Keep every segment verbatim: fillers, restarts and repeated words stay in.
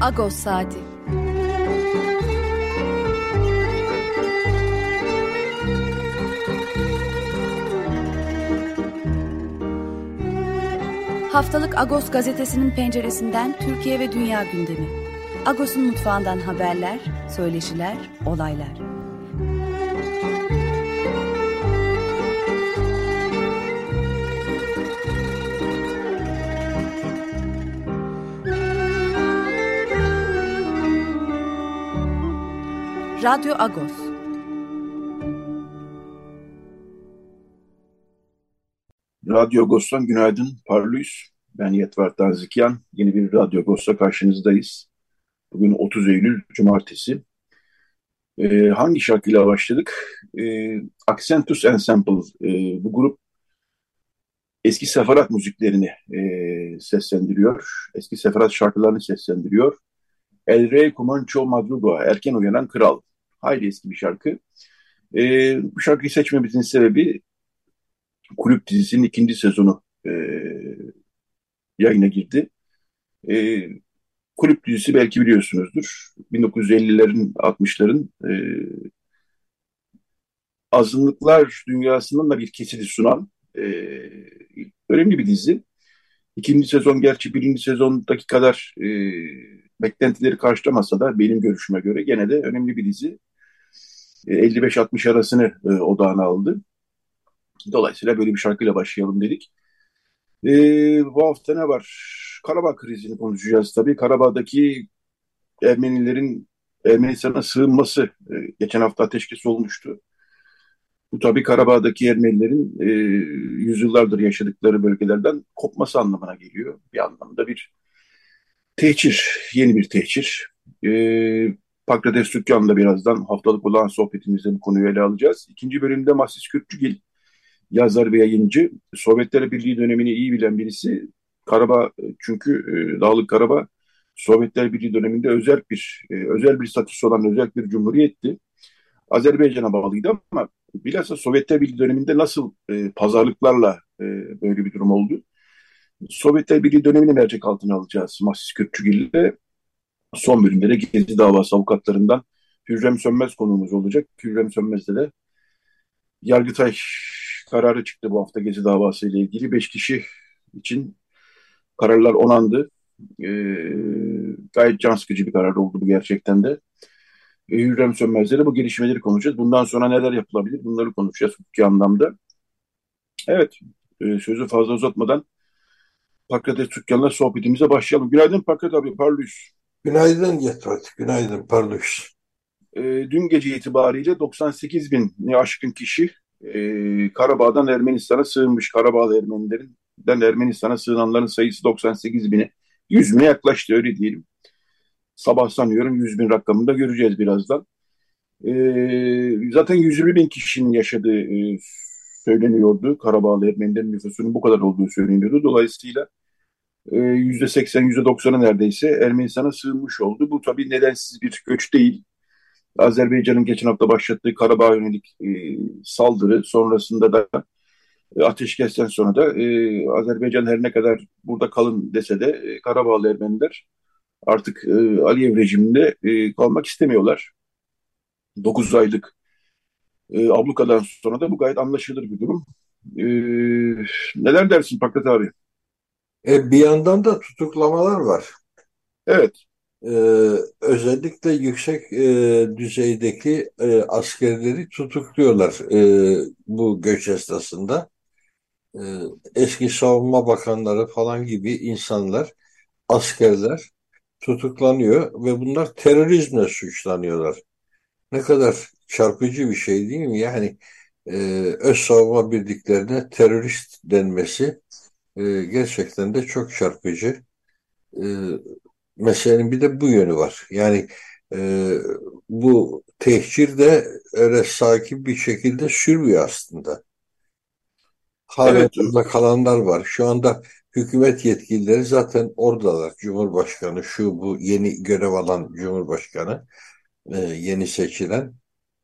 Agos Saati. Haftalık Agos gazetesinin penceresinden Türkiye ve dünya gündemi. Agos'un mutfağından haberler, söyleşiler, olaylar. Radyo Agos. Radyo Agos'tan günaydın, parlıyız. Ben Yetvar Tanzikyan. Yeni bir Radyo Agos'ta karşınızdayız. Bugün otuz Eylül Cumartesi. Ee, hangi şarkıyla başladık? Ee, Accentus Ensemble. Ee, bu grup eski seferat müziklerini e, seslendiriyor. Eski seferat şarkılarını seslendiriyor. El Rey Comancho Madruga, Erken Uyanan Kral. Hayli eski bir şarkı. Ee, bu şarkıyı seçmemizin sebebi Kulüp dizisinin ikinci sezonu e, yayına girdi. E, Kulüp dizisi belki biliyorsunuzdur. bin dokuz yüz ellilerin, altmışların e, azınlıklar dünyasından da bir kesiti sunan e, önemli bir dizi. İkinci sezon gerçi birinci sezondaki kadar e, beklentileri karşılamasa da benim görüşüme göre gene de önemli bir dizi. E, elli beş altmış arasını e, odağına aldı. Dolayısıyla böyle bir şarkıyla başlayalım dedik. E, Bu hafta ne var? Karabağ krizini konuşacağız tabii. Karabağ'daki Ermenilerin Ermenistan'a sığınması e, geçen hafta ateşkes olmuştu. Bu tabii Karabağ'daki Ermenilerin e, yüzyıllardır yaşadıkları bölgelerden kopması anlamına geliyor. Bir anlamda bir tehcir, yeni bir tehcir. E, Pakrates Tükkan'la birazdan haftalık olan sohbetimizde bu konuyu ele alacağız. İkinci bölümde Mahsis Kürtçügil, yazar ve yayıncı, Sovyetler Birliği dönemini iyi bilen birisi. Karabağ çünkü e, Dağlık Karabağ Sovyetler Birliği döneminde özel bir e, özel bir statüsü olan özel bir cumhuriyetti. Azerbaycan'a bağlıydı ama bilhassa Sovyetler Birliği döneminde nasıl e, pazarlıklarla e, böyle bir durum oldu. Sovyetler Birliği dönemini mercek altına alacağız Mahsis Kürtçügil'le. Son bölümde de Gezi davası avukatlarından Hürrem Sönmez konuğumuz olacak. Hürrem Sönmez'de de Yargıtay kararı çıktı bu hafta Gezi davası ile ilgili. Beş kişi için kararlar onandı. E, Gayet can sıkıcı bir karar oldu bu gerçekten de. E, Hürrem Sönmez'le bu gelişmeleri konuşacağız. Bundan sonra neler yapılabilir? Bunları konuşacağız hukuki anlamda. Evet, e, sözü fazla uzatmadan Pakrates Tükkan'la sohbetimize başlayalım. Günaydın Pakrat abi, parlıyız. Günaydın Yetvat, günaydın Parluş. E, Dün gece itibariyle doksan sekiz bin ne aşkın kişi e, Karabağ'dan Ermenistan'a sığınmış. Karabağlı Ermenilerin Ermenistan'a sığınanların sayısı doksan sekiz bine, yüz bine yaklaştı öyle diyelim. Sabah sanıyorum yüz bin rakamını da göreceğiz birazdan. E, zaten yüz yirmi bin kişinin yaşadığı e, söyleniyordu. Karabağlı Ermenilerin nüfusunun bu kadar olduğu söyleniyordu. Dolayısıyla e, yüzde seksen, yüzde doksanı neredeyse Ermenistan'a sığınmış oldu. Bu tabii nedensiz bir göç değil. Azerbaycan'ın geçen hafta başlattığı Karabağ'a yönelik e, saldırı sonrasında da e, ateşkesten sonra da e, Azerbaycan her ne kadar burada kalın dese de e, Karabağlı Ermeniler artık e, Aliyev rejiminde e, kalmak istemiyorlar. dokuz aylık e, ablukadan sonra da bu gayet anlaşılır bir durum. E, Neler dersin Pakrat abi? E, bir yandan da tutuklamalar var. Evet, E, Özellikle yüksek e, düzeydeki e, askerleri tutukluyorlar e, bu göç esnasında. E, Eski savunma bakanları falan gibi insanlar, askerler tutuklanıyor ve bunlar terörizmle suçlanıyorlar. Ne kadar çarpıcı bir şey değil mi? Yani e, öz savunma birliklerine terörist denmesi e, gerçekten de çok çarpıcı. E, Meselenin bir de bu yönü var. Yani e, bu tehcir de öyle sakin bir şekilde sürmüyor aslında. Halen evet, orada kalanlar var. Şu anda hükümet yetkilileri zaten oradalar. Cumhurbaşkanı, şu bu yeni görev alan Cumhurbaşkanı, e, yeni seçilen.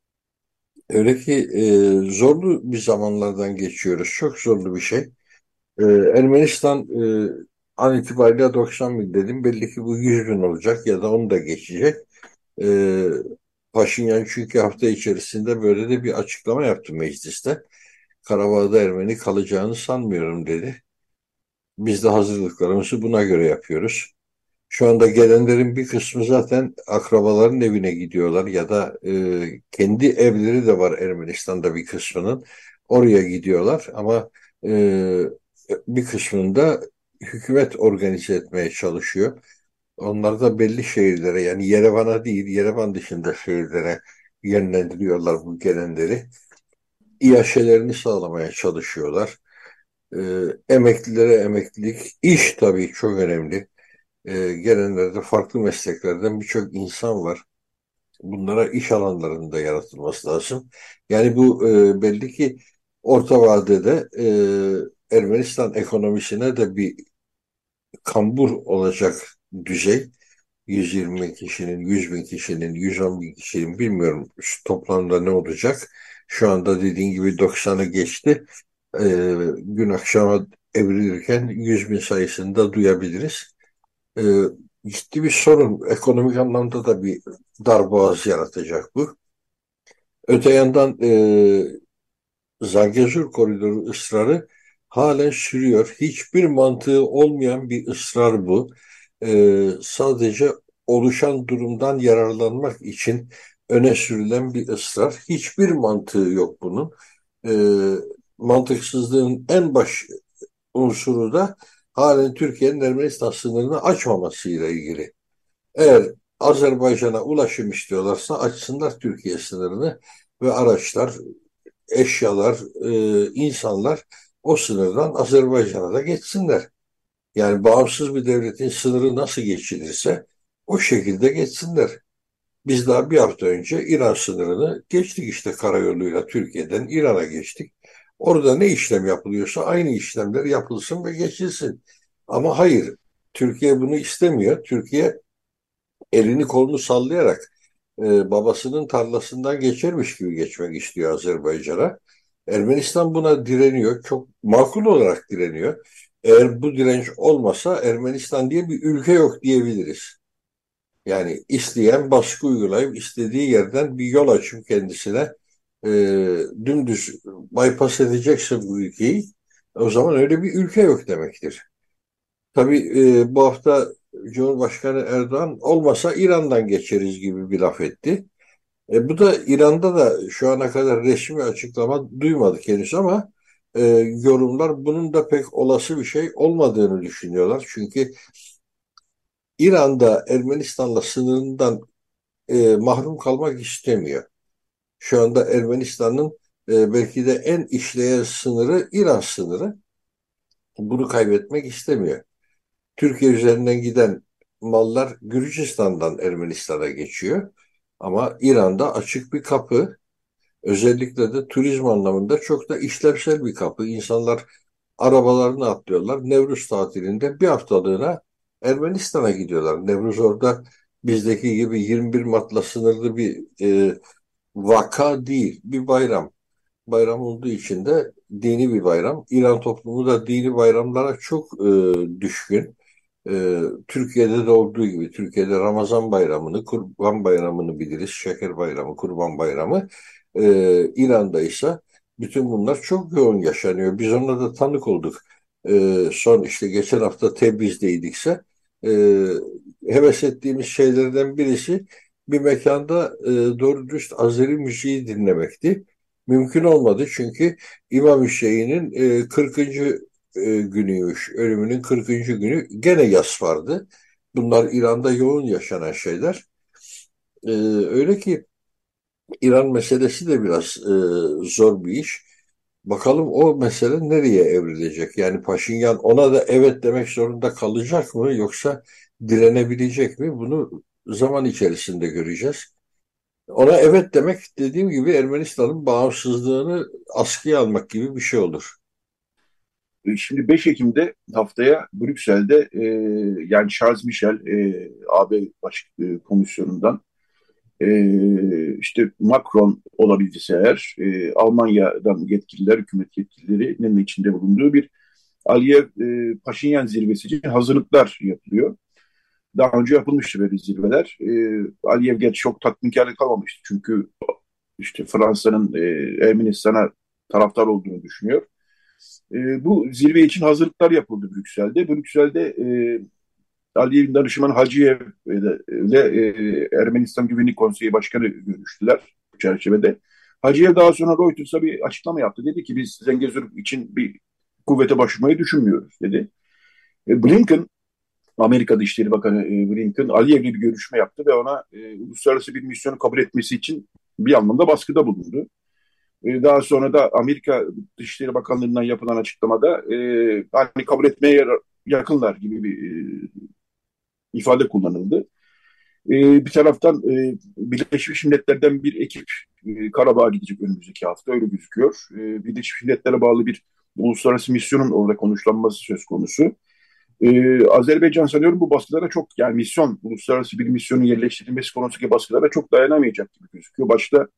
Öyle ki e, zorlu bir zamanlardan geçiyoruz. Çok zorlu bir şey. E, Ermenistan e, an itibariyle doksan bin dedim. Belli ki bu yüz bin olacak ya da onu da geçecek. Ee, Paşinyan çünkü hafta içerisinde böyle de bir açıklama yaptı mecliste. Karabağ'da Ermeni kalacağını sanmıyorum dedi. Biz de hazırlıklarımızı buna göre yapıyoruz. Şu anda gelenlerin bir kısmı zaten akrabaların evine gidiyorlar ya da e, kendi evleri de var Ermenistan'da bir kısmının. Oraya gidiyorlar ama e, bir kısmını da hükümet organize etmeye çalışıyor. Onlar da belli şehirlere, yani Yerevan'a değil, Yerevan dışında şehirlere yönlendiriyorlar bu gelenleri. İAŞ'elerini sağlamaya çalışıyorlar. E, Emeklilere emeklilik, iş tabii çok önemli. E, gelenlerde farklı mesleklerden birçok insan var. Bunlara iş alanlarında yaratılması lazım. Yani bu e, belli ki orta vadede e, Ermenistan ekonomisine de bir kambur olacak düzey. yüz yirmi bin kişinin, yüz bin kişinin, yüz on bin kişinin bilmiyorum şu toplamda ne olacak. Şu anda dediğin gibi doksanı geçti. E, Gün akşama evrilirken yüz bin sayısını da duyabiliriz. E, Ciddi bir sorun. Ekonomik anlamda da bir darboğaz yaratacak bu. Öte yandan e, Zangezur koridoru ısrarı halen sürüyor. Hiçbir mantığı olmayan bir ısrar bu. E, sadece oluşan durumdan yararlanmak için öne sürülen bir ısrar. Hiçbir mantığı yok bunun. E, Mantıksızlığın en baş unsuru da halen Türkiye'nin Ermenistan sınırını açmamasıyla ilgili. Eğer Azerbaycan'a ulaşım istiyorlarsa açsınlar Türkiye sınırını ve araçlar, eşyalar, e, insanlar o sınırdan Azerbaycan'a da geçsinler. Yani bağımsız bir devletin sınırı nasıl geçilirse o şekilde geçsinler. Biz daha bir hafta önce İran sınırını geçtik işte karayoluyla Türkiye'den İran'a geçtik. Orada ne işlem yapılıyorsa aynı işlemler yapılsın ve geçilsin. Ama hayır, Türkiye bunu istemiyor. Türkiye elini kolunu sallayarak e, babasının tarlasından geçermiş gibi geçmek istiyor Azerbaycan'a. Ermenistan buna direniyor. Çok makul olarak direniyor. Eğer bu direnç olmasa Ermenistan diye bir ülke yok diyebiliriz. Yani isteyen baskı uygulayıp istediği yerden bir yol açıp kendisine e, dümdüz bypass edecekse bu ülkeyi o zaman öyle bir ülke yok demektir. Tabii e, bu hafta Cumhurbaşkanı Erdoğan olmasa İran'dan geçeriz gibi bir laf etti. E, bu da İran'da da şu ana kadar resmi açıklama duymadık henüz ama e, yorumlar bunun da pek olası bir şey olmadığını düşünüyorlar. Çünkü İran'da Ermenistan'la sınırından e, mahrum kalmak istemiyor. Şu anda Ermenistan'ın e, belki de en işleyen sınırı İran sınırı. Bunu kaybetmek istemiyor. Türkiye üzerinden giden mallar Gürcistan'dan Ermenistan'a geçiyor. Ama İran'da açık bir kapı. Özellikle de turizm anlamında çok da işlevsel bir kapı. İnsanlar arabalarını atlıyorlar. Nevruz tatilinde bir haftalığına Ermenistan'a gidiyorlar. Nevruz orada bizdeki gibi yirmi bir Mart'la sınırlı bir e, vaka değil, bir bayram. Bayram olduğu için de dini bir bayram. İran toplumu da dini bayramlara çok e, düşkün. E, Türkiye'de de olduğu gibi Türkiye'de Ramazan bayramını, Kurban bayramını biliriz. Şeker bayramı, Kurban bayramı. E, İran'da ise bütün bunlar çok yoğun yaşanıyor. Biz ona da tanık olduk. E, son işte geçen hafta Tebriz'deydikse e, heves ettiğimiz şeylerden birisi bir mekanda e, doğru dürüst Azeri müziği dinlemekti. Mümkün olmadı çünkü İmam Hüseyin'in e, kırkıncı e, günüymüş. Ölümünün kırkıncı günü gene yas vardı. Bunlar İran'da yoğun yaşanan şeyler. E, öyle ki İran meselesi de biraz e, zor bir iş. Bakalım o mesele nereye evrilecek? Yani Paşinyan ona da evet demek zorunda kalacak mı yoksa direnebilecek mi? Bunu zaman içerisinde göreceğiz. Ona evet demek dediğim gibi Ermenistan'ın bağımsızlığını askıya almak gibi bir şey olur. E, Şimdi beş Ekim'de haftaya Brüksel'de e, yani Charles Michel e, A B Baş e, Komisyonu'ndan e, işte Macron olabilirse eğer e, Almanya'dan yetkililer, hükümet yetkililerinin içinde bulunduğu bir Aliyev e, Paşinyan zirvesi için hazırlıklar yapılıyor. Daha önce yapılmıştı böyle zirveler. E, Aliyev gerçi çok tatminkar kalmamıştı. Çünkü işte Fransa'nın e, Ermenistan'a taraftar olduğunu düşünüyor. E, bu zirve için hazırlıklar yapıldı Brüksel'de. Brüksel'de e, Aliyev'in danışmanı Hacıyev ile e, Ermenistan Güvenlik Konseyi Başkanı görüştüler bu çerçevede. Hacıyev daha sonra Reuters'a bir açıklama yaptı. Dedi ki biz Zengezur için bir kuvvete başvurmayı düşünmüyoruz dedi. E, Blinken, Amerika Dışişleri Bakanı e, Blinken, Aliyev'le bir görüşme yaptı ve ona e, uluslararası bir misyonu kabul etmesi için bir anlamda baskıda bulundu. E, daha sonra da Amerika Dışişleri Bakanlığı'ndan yapılan açıklamada e, hani kabul etmeye yakınlar gibi bir e, ifade kullanıldı. E, bir taraftan e, Birleşmiş Milletler'den bir ekip e, Karabağ'a gidecek önümüzdeki hafta öyle gözüküyor. E, Birleşmiş Milletler'e bağlı bir uluslararası misyonun orada konuşlanması söz konusu. E, Azerbaycan sanıyorum bu baskılara çok yani misyon, uluslararası bir misyonun yerleştirilmesi konusundaki baskılara çok dayanamayacak gibi gözüküyor. Başta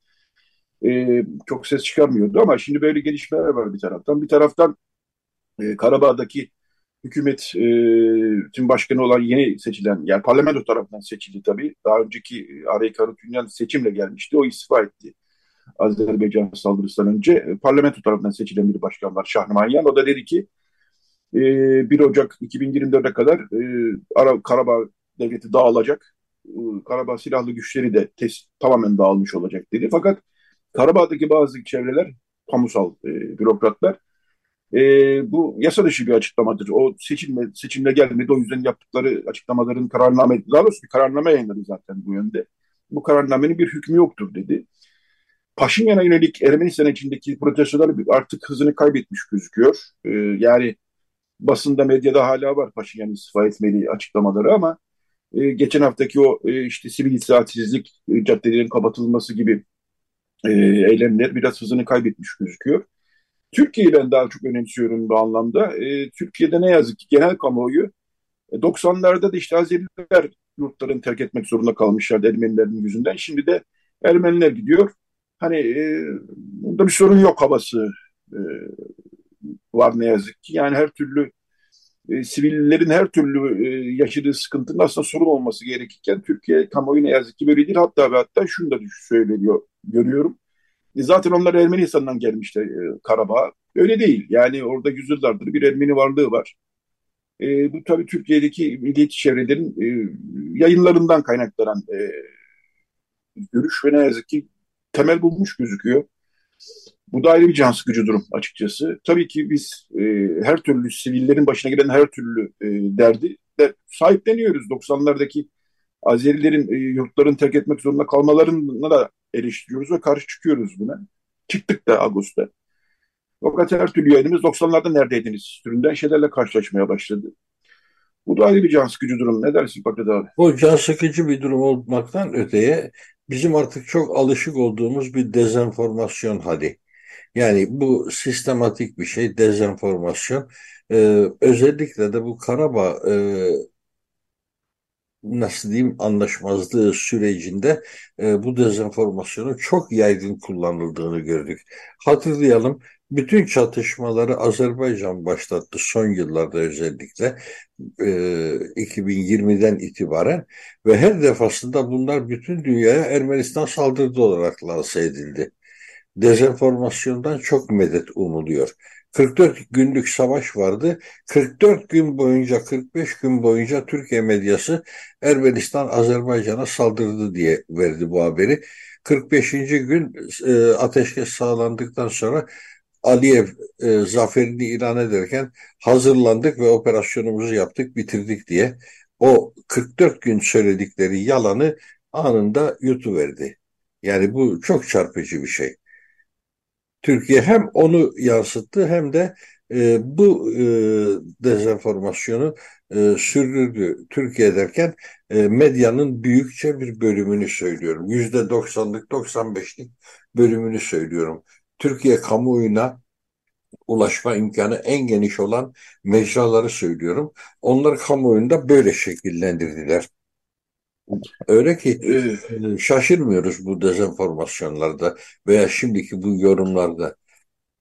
e, çok ses çıkarmıyordu ama şimdi böyle gelişmeler var bir taraftan. Bir taraftan e, Karabağ'daki hükümet e, tüm başkanı olan yeni seçilen, yani parlamento tarafından seçildi tabii. Daha önceki e, Arayik Harutyunyan seçimle gelmişti. O istifa etti Azerbaycan saldırısından önce. E, parlamento tarafından seçilen bir başkan var, Şahrimanyan. O da dedi ki e, bir Ocak iki bin yirmi dörde kadar e, Ara, Karabağ devleti dağılacak. E, Karabağ silahlı güçleri de tes, tamamen dağılmış olacak dedi. Fakat Karabağ'daki bazı çevreler, kamusal e, bürokratlar e, bu yasa dışı bir açıklamadır. O seçilme, seçimle gelmedi. O yüzden yaptıkları açıklamaların kararname, daha doğrusu bir kararname yayınladı zaten bu yönde. Bu kararnamenin bir hükmü yoktur dedi. Paşinyan'a yönelik Ermenistan içindeki protestolar artık hızını kaybetmiş gözüküyor. E, yani basında, medyada hala var Paşinyan istifa etmeli açıklamaları ama e, geçen haftaki o e, işte sivil itaatsizlik, e, caddelerin kapatılması gibi e, eylemler biraz hızını kaybetmiş gözüküyor. Türkiye'yi ben daha çok önemsiyorum bu anlamda. E, Türkiye'de ne yazık ki genel kamuoyu e, doksanlarda da işte Azeriler yurtlarını terk etmek zorunda kalmışlardı Ermenilerin yüzünden. Şimdi de Ermeniler gidiyor. Hani e, bunda bir sorun yok havası e, var ne yazık ki. Yani her türlü e, sivillerin her türlü e, yaşadığı sıkıntının aslında sorun olması gerekirken Türkiye kamuoyu ne yazık ki böyle değil. Hatta ve hatta şunu da söyleniyor, görüyorum. E, zaten onlar Ermenistan'dan gelmişler e, Karabağ. Öyle değil. Yani orada yüzyıllardır bir Ermeni varlığı var. E, bu tabii Türkiye'deki milliyetçi çevrelerin e, yayınlarından kaynaklanan e, görüş ve ne yazık ki temel bulmuş gözüküyor. Bu da ayrı bir can sıkıcı durum açıkçası. Tabii ki biz e, her türlü sivillerin başına gelen her türlü e, derdi de sahipleniyoruz. doksanlardaki Azerilerin e, yurtlarını terk etmek zorunda kalmalarına da eleştiriyoruz ve karşı çıkıyoruz buna. Çıktık da Ağustos'ta. Fakat her türlü yayınımız doksanlarda neredeydiniz türünden şeylerle karşılaşmaya başladı. Bu da ayrı bir can sıkıcı durum. Ne dersin Fakret abi? Bu can sıkıcı bir durum olmaktan öteye bizim artık çok alışık olduğumuz bir dezenformasyon hali. Yani bu sistematik bir şey, dezenformasyon. Ee, özellikle de bu Karabağ e, nasıl diyeyim anlaşmazlığı sürecinde e, bu dezenformasyonun çok yaygın kullanıldığını gördük. Hatırlayalım, bütün çatışmaları Azerbaycan başlattı son yıllarda özellikle e, iki bin yirmiden itibaren ve her defasında bunlar bütün dünyaya Ermenistan saldırdı olarak lanse edildi. Dezenformasyondan çok medet umuluyor. kırk dört günlük savaş vardı. kırk dört gün boyunca, kırk beş gün boyunca Türkiye medyası Ermenistan Azerbaycan'a saldırdı diye verdi bu haberi. kırk beşinci gün e, ateşkes sağlandıktan sonra Aliyev e, zaferini ilan ederken hazırlandık ve operasyonumuzu yaptık, bitirdik diye o kırk dört gün söyledikleri yalanı anında yutuverdi. Yani bu çok çarpıcı bir şey. Türkiye hem onu yansıttı hem de e, bu e, dezenformasyonu e, sürdürdü. Türkiye derken e, medyanın büyükçe bir bölümünü söylüyorum. Yüzde doksanlık, doksan beşlik bölümünü söylüyorum. Türkiye kamuoyuna ulaşma imkanı en geniş olan mecraları söylüyorum. Onlar kamuoyunda böyle şekillendirdiler. Öyle ki Ee, e, şaşırmıyoruz bu dezenformasyonlarda veya şimdiki bu yorumlarda.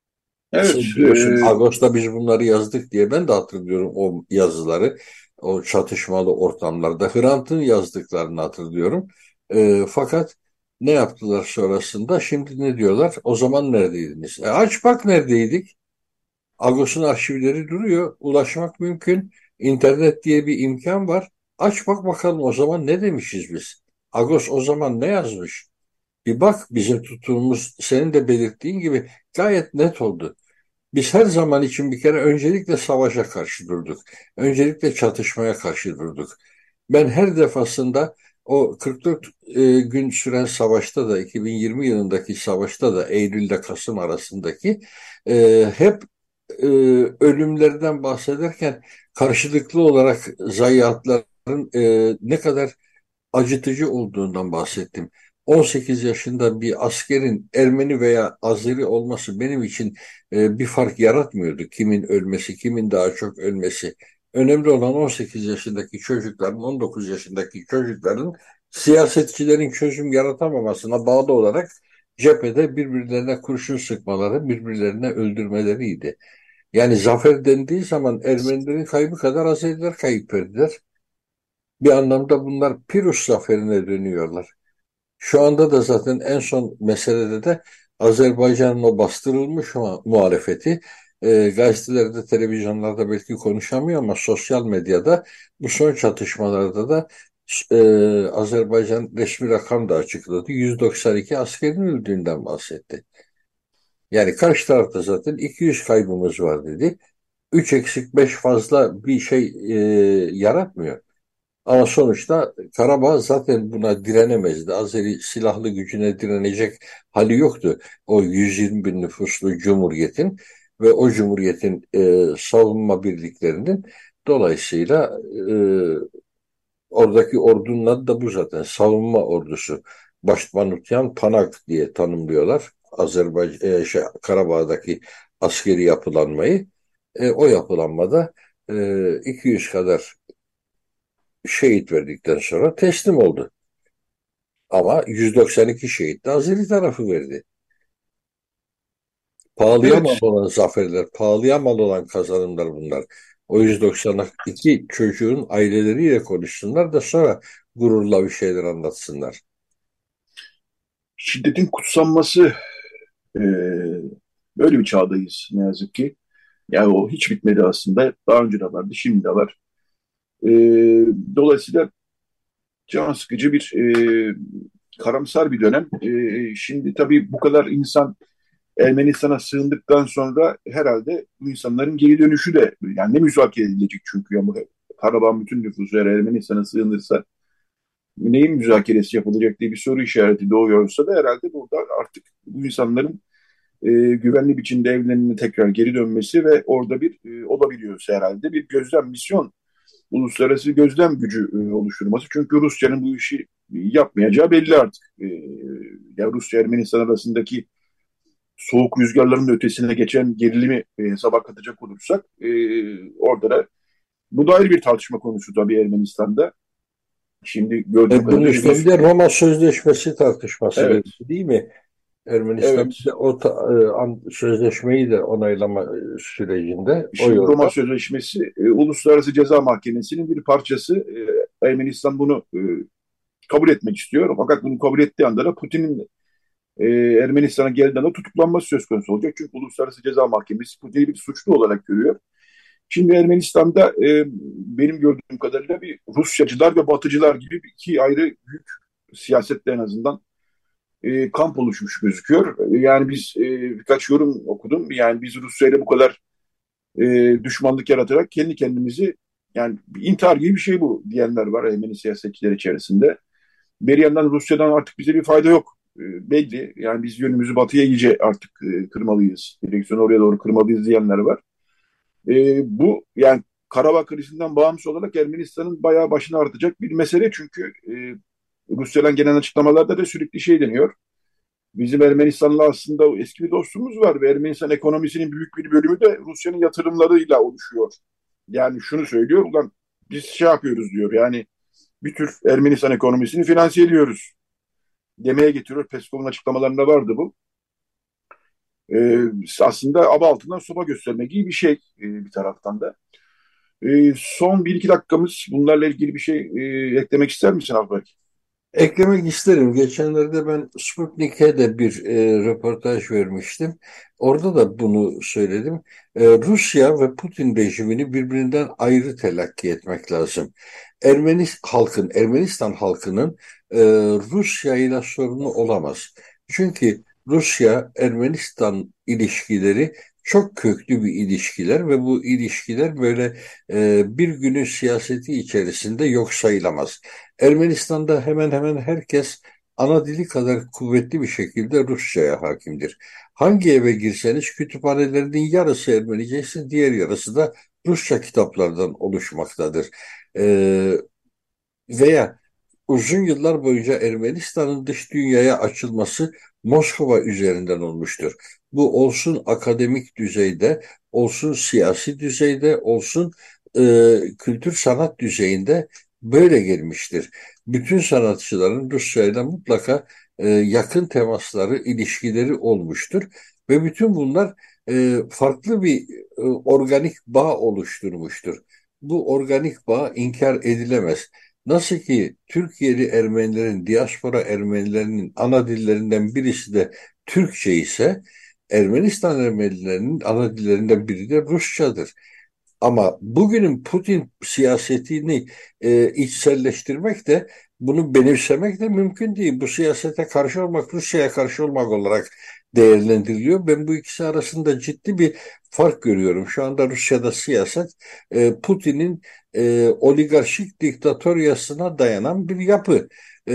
Evet, Sen e, biliyorsun Ağustos'ta biz bunları yazdık diye ben de hatırlıyorum o yazıları. O çatışmalı ortamlarda Hrant'ın yazdıklarını hatırlıyorum. Ee, fakat ne yaptılar sonrasında? Şimdi ne diyorlar? O zaman neredeydiniz? E, aç bak neredeydik? Agos'un arşivleri duruyor. Ulaşmak mümkün. İnternet diye bir imkan var. Aç bak bakalım o zaman ne demişiz biz? Agos o zaman ne yazmış? Bir bak bizim tutumumuz senin de belirttiğin gibi gayet net oldu. Biz her zaman için bir kere öncelikle savaşa karşı durduk. Öncelikle çatışmaya karşı durduk. Ben her defasında o kırk dört e, gün süren savaşta da iki bin yirmi yılındaki savaşta da Eylül'de Kasım arasındaki e, hep e, ölümlerden bahsederken karşılıklı olarak zayiatların e, ne kadar acıtıcı olduğundan bahsettim. on sekiz yaşında bir askerin Ermeni veya Azeri olması benim için e, bir fark yaratmıyordu. Kimin ölmesi, kimin daha çok ölmesi. Önemli olan on sekiz yaşındaki çocukların, on dokuz yaşındaki çocukların siyasetçilerin çözüm yaratamamasına bağlı olarak cephede birbirlerine kurşun sıkmaları, birbirlerine öldürmeleriydi. Yani zafer dendiği zaman Ermenilerin kaybı kadar Azeriler kayıp verdiler. Bir anlamda bunlar Pirus zaferine dönüyorlar. Şu anda da zaten en son meselede de Azerbaycan'ın o bastırılmış mu- muhalefeti e, gazetelerde, televizyonlarda belki konuşamıyor ama sosyal medyada bu son çatışmalarda da e, Azerbaycan resmi rakam da açıkladı. yüz doksan iki askerin öldüğünden bahsetti. Yani karşı tarafta zaten iki yüz kaybımız var dedi. Üç eksik beş fazla bir şey e, yaratmıyor. Ama sonuçta Karabağ zaten buna direnemezdi. Azeri silahlı gücüne direnecek hali yoktu. O yüz yirmi bin nüfuslu cumhuriyetin ve o cumhuriyetin e, savunma birliklerinin dolayısıyla e, oradaki ordunun adı da bu zaten. Savunma ordusu. Başmanutyan Panak diye tanımlıyorlar. Azerbaycan, e, şey, Karabağ'daki askeri yapılanmayı. E, o yapılanmada e, iki yüz kadar şehit verdikten sonra teslim oldu. Ama yüz doksan iki şehit de Azeri tarafı verdi. Pahalıya mal evet. olan zaferler, pahalıya mal olan kazanımlar bunlar. O yüz doksan iki çocuğun aileleriyle konuşsunlar da sonra gururla bir şeyler anlatsınlar. Şiddetin kutsanması, e, böyle bir çağdayız ne yazık ki. Yani o hiç bitmedi aslında. Daha önce de vardı, şimdi de var. E, Dolayısıyla can sıkıcı bir, e, karamsar bir dönem. E, şimdi tabii bu kadar insan Ermenistan'a sığındıktan sonra herhalde bu insanların geri dönüşü de yani ne müzakere edilecek çünkü ya bu Karabağ bütün nüfusu eğer Ermenistan'a sığınırsa neyin müzakeresi yapılacak diye bir soru işareti doğuyorsa da herhalde burada artık bu insanların e, güvenli biçimde evlerine tekrar geri dönmesi ve orada bir e, olabiliyorsa herhalde bir gözlem misyon, uluslararası gözlem gücü e, oluşturması. Çünkü Rusya'nın bu işi yapmayacağı belli artık. E, ya Rusya Ermenistan arasındaki soğuk rüzgarların ötesine geçen gerilimi e, hesaba katacak olursak e, orada da bu da ayrı bir tartışma konusu tabii Ermenistan'da. Şimdi gördüğüm E bunun kadarıyla üstüne bir Rus, de Roma Sözleşmesi tartışması evet, verildi değil mi? Ermenistan evet. bir de o ta- e, an- sözleşmeyi de onaylama e, sürecinde o Şimdi Roma yolda. Sözleşmesi e, Uluslararası Ceza Mahkemesi'nin bir parçası. E, Ermenistan bunu e, kabul etmek istiyor. Fakat bunu kabul ettiği anda da Putin'in e, Ermenistan'a geldiğinde de tutuklanması söz konusu olacak. Çünkü Uluslararası Ceza Mahkemesi Putin'i bir suçlu olarak görüyor. Şimdi Ermenistan'da e, benim gördüğüm kadarıyla bir Rusyacılar ve Batıcılar gibi bir iki ayrı büyük siyasette en azından e, kamp oluşmuş gözüküyor. E, Yani biz e, birkaç yorum okudum. Yani biz Rusya ile bu kadar e, düşmanlık yaratarak kendi kendimizi yani bir intihar gibi bir şey bu diyenler var Ermeni siyasetçiler içerisinde. Bir yandan Rusya'dan artık bize bir fayda yok. E, belli. Yani biz yönümüzü batıya iyice artık e, kırmalıyız. Direksiyonu oraya doğru kırmalıyız diyenler var. E, bu yani Karabağ krizinden bağımsız olarak Ermenistan'ın bayağı başını artacak bir mesele. Çünkü e, Rusya'dan gelen açıklamalarda da sürekli şey deniyor. Bizim Ermenistan'la aslında eski bir dostumuz var ve Ermenistan ekonomisinin büyük bir bölümü de Rusya'nın yatırımlarıyla oluşuyor. Yani şunu söylüyor, ulan biz şey yapıyoruz diyor yani bir tür Ermenistan ekonomisini finanse ediyoruz demeye getiriyor. Peskov'un açıklamalarında vardı bu. E, Aslında aba altından sopa gösterme gibi bir şey e, bir taraftan da. E, son bir iki dakikamız bunlarla ilgili bir şey e, eklemek ister misin Alper? Eklemek isterim. Geçenlerde ben Sputnik'e de bir e, röportaj vermiştim. Orada da bunu söyledim. E, Rusya ve Putin rejimini birbirinden ayrı telakki etmek lazım. Ermeni halkın, Ermenistan halkının e, Rusya ile sorunu olamaz. Çünkü Rusya-Ermenistan ilişkileri çok köklü bir ilişkiler ve bu ilişkiler böyle e, bir günün siyaseti içerisinde yok sayılamaz. Ermenistan'da hemen hemen herkes ana dili kadar kuvvetli bir şekilde Rusça'ya hakimdir. Hangi eve girseniz kütüphanelerinin yarısı Ermenice ise diğer yarısı da Rusça kitaplardan oluşmaktadır. Ee, Veya uzun yıllar boyunca Ermenistan'ın dış dünyaya açılması Moskova üzerinden olmuştur. Bu olsun akademik düzeyde, olsun siyasi düzeyde, olsun e, kültür sanat düzeyinde böyle gelmiştir. Bütün sanatçıların Rusya'yla mutlaka e, yakın temasları, ilişkileri olmuştur ve bütün bunlar e, farklı bir e, organik bağ oluşturmuştur. Bu organik bağ inkar edilemez. Nasıl ki Türkiye'li Ermenilerin, diaspora Ermenilerinin ana dillerinden birisi de Türkçe ise, Ermenistan Ermenilerinin ana dillerinden biri de Rusçadır. Ama bugünün Putin siyasetini e, içselleştirmek de bunu benimsemek de mümkün değil. Bu siyasete karşı olmak, Rusya'ya karşı olmak olarak değerlendiriliyor. Ben bu ikisi arasında ciddi bir fark görüyorum. Şu anda Rusya'da siyaset e, Putin'in e, oligarşik diktatoryasına dayanan bir yapı. E,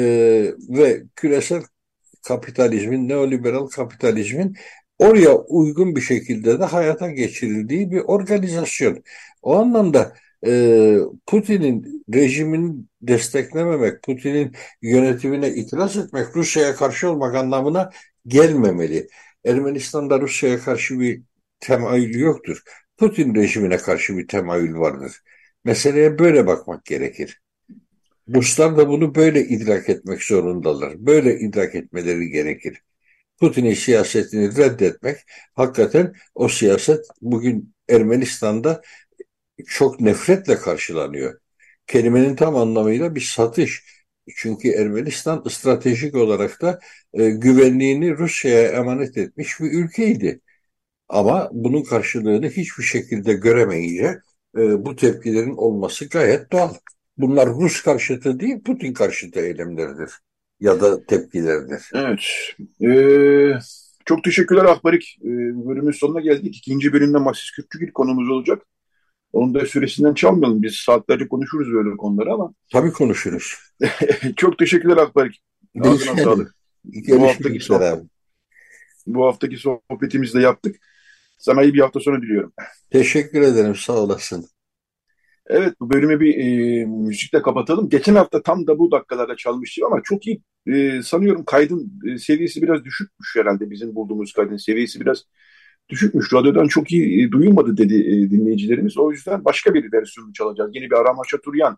Ve küresel kapitalizmin, neoliberal kapitalizmin oraya uygun bir şekilde de hayata geçirildiği bir organizasyon. O anlamda e, Putin'in rejimini desteklememek, Putin'in yönetimine itiraz etmek, Rusya'ya karşı olmak anlamına gelmemeli. Ermenistan'da Rusya'ya karşı bir temayül yoktur. Putin rejimine karşı bir temayül vardır. Meseleye böyle bakmak gerekir. Ruslar da bunu böyle idrak etmek zorundalar. Böyle idrak etmeleri gerekir. Putin'in siyasetini reddetmek, hakikaten o siyaset bugün Ermenistan'da çok nefretle karşılanıyor. Kelimenin tam anlamıyla bir satış. Çünkü Ermenistan stratejik olarak da e, güvenliğini Rusya'ya emanet etmiş bir ülkeydi. Ama bunun karşılığını hiçbir şekilde göremeyince e, bu tepkilerin olması gayet doğal. Bunlar Rus karşıtı değil, Putin karşıtı eylemleridir ya da tepkileridir. Evet. Ee, Çok teşekkürler Akbarik. Ee, bölümün sonuna geldik. İkinci bölümde Masis Kürtçügil konumuz olacak. Onun da süresinden çalmayalım. Biz saatlerce konuşuruz böyle konuları ama. Tabii konuşuruz. Çok teşekkürler Akbarik. Ağzına Rica ederim. sağlık. Bu Görüşmek haftaki üzere soh abi. bu haftaki sohbetimizi de yaptık. Sana iyi bir hafta sonu diliyorum. Teşekkür ederim, sağ olasın. Evet, bu bölümü bir e, müzikle kapatalım. Geçen hafta tam da bu dakikalarda çalmıştım ama çok iyi e, sanıyorum kaydın e, seviyesi biraz düşükmüş herhalde. Bizim bulduğumuz kaydın seviyesi biraz düşükmüş. Radyodan çok iyi e, duyulmadı dedi e, dinleyicilerimiz. O yüzden başka bir versiyonu çalacağız. Yeni bir Arama Çaturyan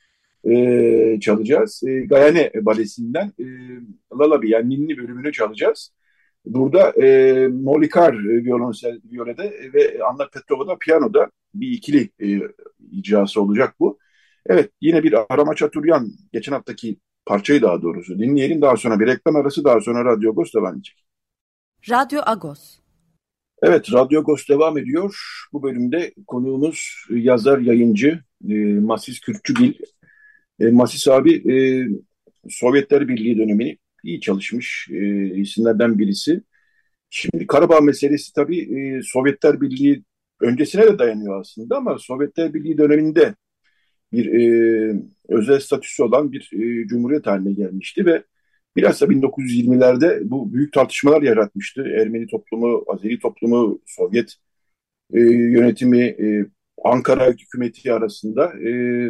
e, çalacağız. E, Gayane Balesi'nden e, Lalabi yani Ninni bölümünü çalacağız. Burada e, Molikar e, violonsel, violede ve Anna Petrova da piyanoda bir ikili e, icrası olacak bu. Evet yine bir Arama Çaturyan geçen haftaki parçayı daha doğrusu dinleyelim. Daha sonra bir reklam arası daha sonra Radyo Agos devam edecek. Radyo Agos. Evet Radyo Agos devam ediyor. Bu bölümde konuğumuz yazar yayıncı e, Masis Kürkçügil. E, Masis abi e, Sovyetler Birliği dönemini iyi çalışmış e, isimlerden birisi. Şimdi Karabağ meselesi tabii e, Sovyetler Birliği öncesine de dayanıyor aslında ama Sovyetler Birliği döneminde bir e, özel statüsü olan bir e, cumhuriyet haline gelmişti ve bilhassa bin dokuz yüz yirmilerde bu büyük tartışmalar yaratmıştı. Ermeni toplumu, Azeri toplumu, Sovyet e, yönetimi, e, Ankara hükümeti arasında e,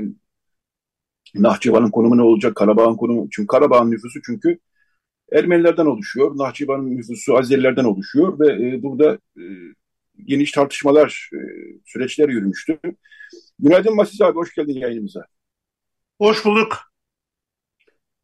Nahçıvan'ın konumu ne olacak, Karabağ'ın konumu. Çünkü Karabağ'ın nüfusu çünkü Ermenilerden oluşuyor. Nahçıvan'ın nüfusu Azerilerden oluşuyor ve e, burada e, geniş tartışmalar, e, süreçler yürümüştü. Günaydın Masis abi, hoş geldin yayınımıza. Hoş bulduk.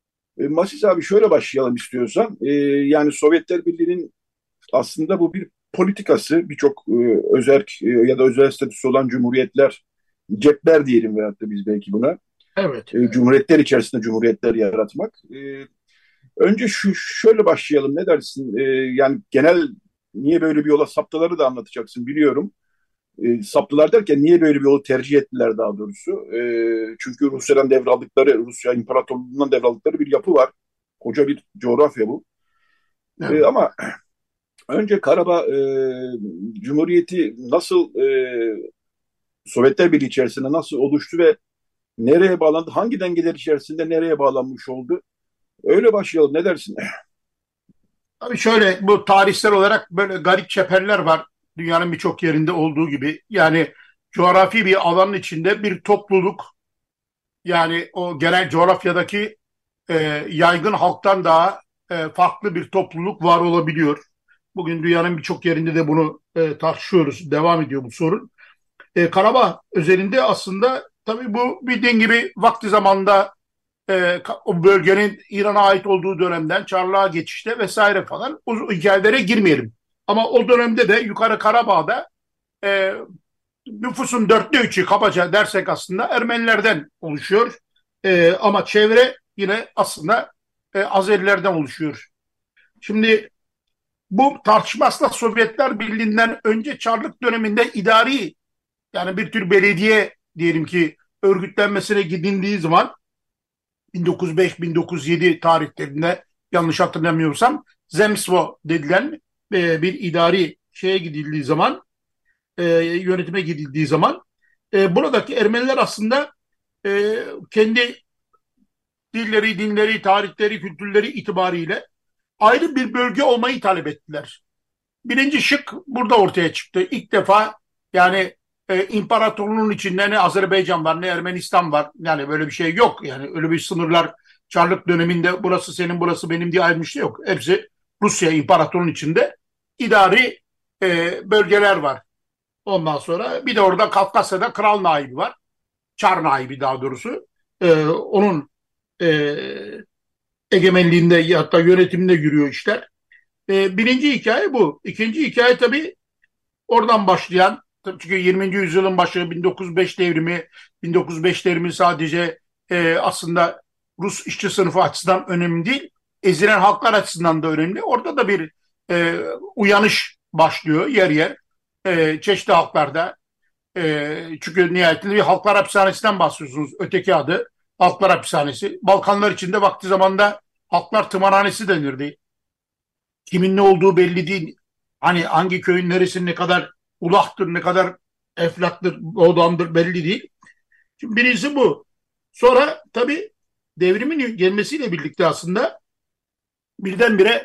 E, Masis abi şöyle başlayalım istiyorsan. E, yani Sovyetler Birliği'nin aslında bu bir politikası birçok e, özerk e, ya da özel statüsü olan cumhuriyetler, cepler diyelim veyahut da biz belki buna, Evet. e, cumhuriyetler içerisinde cumhuriyetler yaratmak. E, önce şu şöyle başlayalım, ne dersin? E, yani genel niye böyle bir yola saptıları da anlatacaksın biliyorum. E, saptılar derken niye böyle bir yolu tercih ettiler daha doğrusu? E, çünkü Rusya'dan devraldıkları, Rusya İmparatorluğu'ndan devraldıkları bir yapı var. Koca bir coğrafya bu. E, Evet. ama önce Karabağ e, Cumhuriyeti nasıl e, Sovyetler Birliği içerisinde nasıl oluştu ve nereye bağlandı? Hangi dengeler içerisinde nereye bağlanmış oldu? Öyle başlayalım. Ne dersin? Tabii şöyle, bu tarihsel olarak böyle garip çeperler var. Dünyanın birçok yerinde olduğu gibi. Yani coğrafi bir alanın içinde bir topluluk, yani o genel coğrafyadaki e, yaygın halktan daha e, farklı bir topluluk var olabiliyor. Bugün dünyanın birçok yerinde de bunu e, tartışıyoruz. Devam ediyor bu sorun. E, Karabağ özelinde aslında tabii bu bildiğin gibi vakti zamanında e, o bölgenin İran'a ait olduğu dönemden Çarlığa geçişte vesaire falan o hikayelere girmeyelim. Ama o dönemde de Yukarı Karabağ'da e, nüfusun dörtte üçü kabaca dersek aslında Ermenilerden oluşuyor. E, ama çevre yine aslında e, Azerilerden oluşuyor. Şimdi bu tartışma aslında Sovyetler Birliği'nden önce Çarlık döneminde idari, yani bir tür belediye diyelim ki örgütlenmesine gidildiği zaman bin dokuz yüz beş bin dokuz yüz yedi tarihlerinde, yanlış hatırlamıyorsam, Zemstvo dedilen e, bir idari şeye gidildiği zaman, e, yönetime gidildiği zaman e, buradaki Ermeniler aslında e, kendi dilleri, dinleri, tarihleri, kültürleri itibariyle ayrı bir bölge olmayı talep ettiler. Birinci şık burada ortaya çıktı. İlk defa yani e, imparatorluğun içinde ne Azerbaycan var ne Ermenistan var. Yani böyle bir şey yok. Yani öyle bir sınırlar Çarlık döneminde burası senin burası benim diye ayrılmış şey yok. Hepsi Rusya imparatorluğunun içinde idari e, bölgeler var. Ondan sonra bir de orada Kafkasya'da kral naibi var. Çar naibi daha doğrusu. E, onun e, egemenliğinde hatta yönetiminde yürüyor işler. E, birinci hikaye bu. İkinci hikaye tabii oradan başlayan, çünkü yirminci yüzyılın başı bin dokuz yüz beş devrimi, bin dokuz yüz beş devrimi sadece e, aslında Rus işçi sınıfı açısından önemli değil, ezilen halklar açısından da önemli. Orada da bir e, uyanış başlıyor yer yer e, çeşitli halklarda. E, çünkü nihayetinde bir halklar hapishanesinden bahsediyorsunuz. Öteki adı halklar hapishanesi. Balkanlar içinde vakti zamanda halklar tımarhanesi denirdi. Kimin ne olduğu belli değil. Hani hangi köyün neresinin ne kadar ulahtır, ne kadar eflaktır, odamdır belli değil. Şimdi birincisi bu. Sonra tabii devrimin gelmesiyle birlikte aslında birdenbire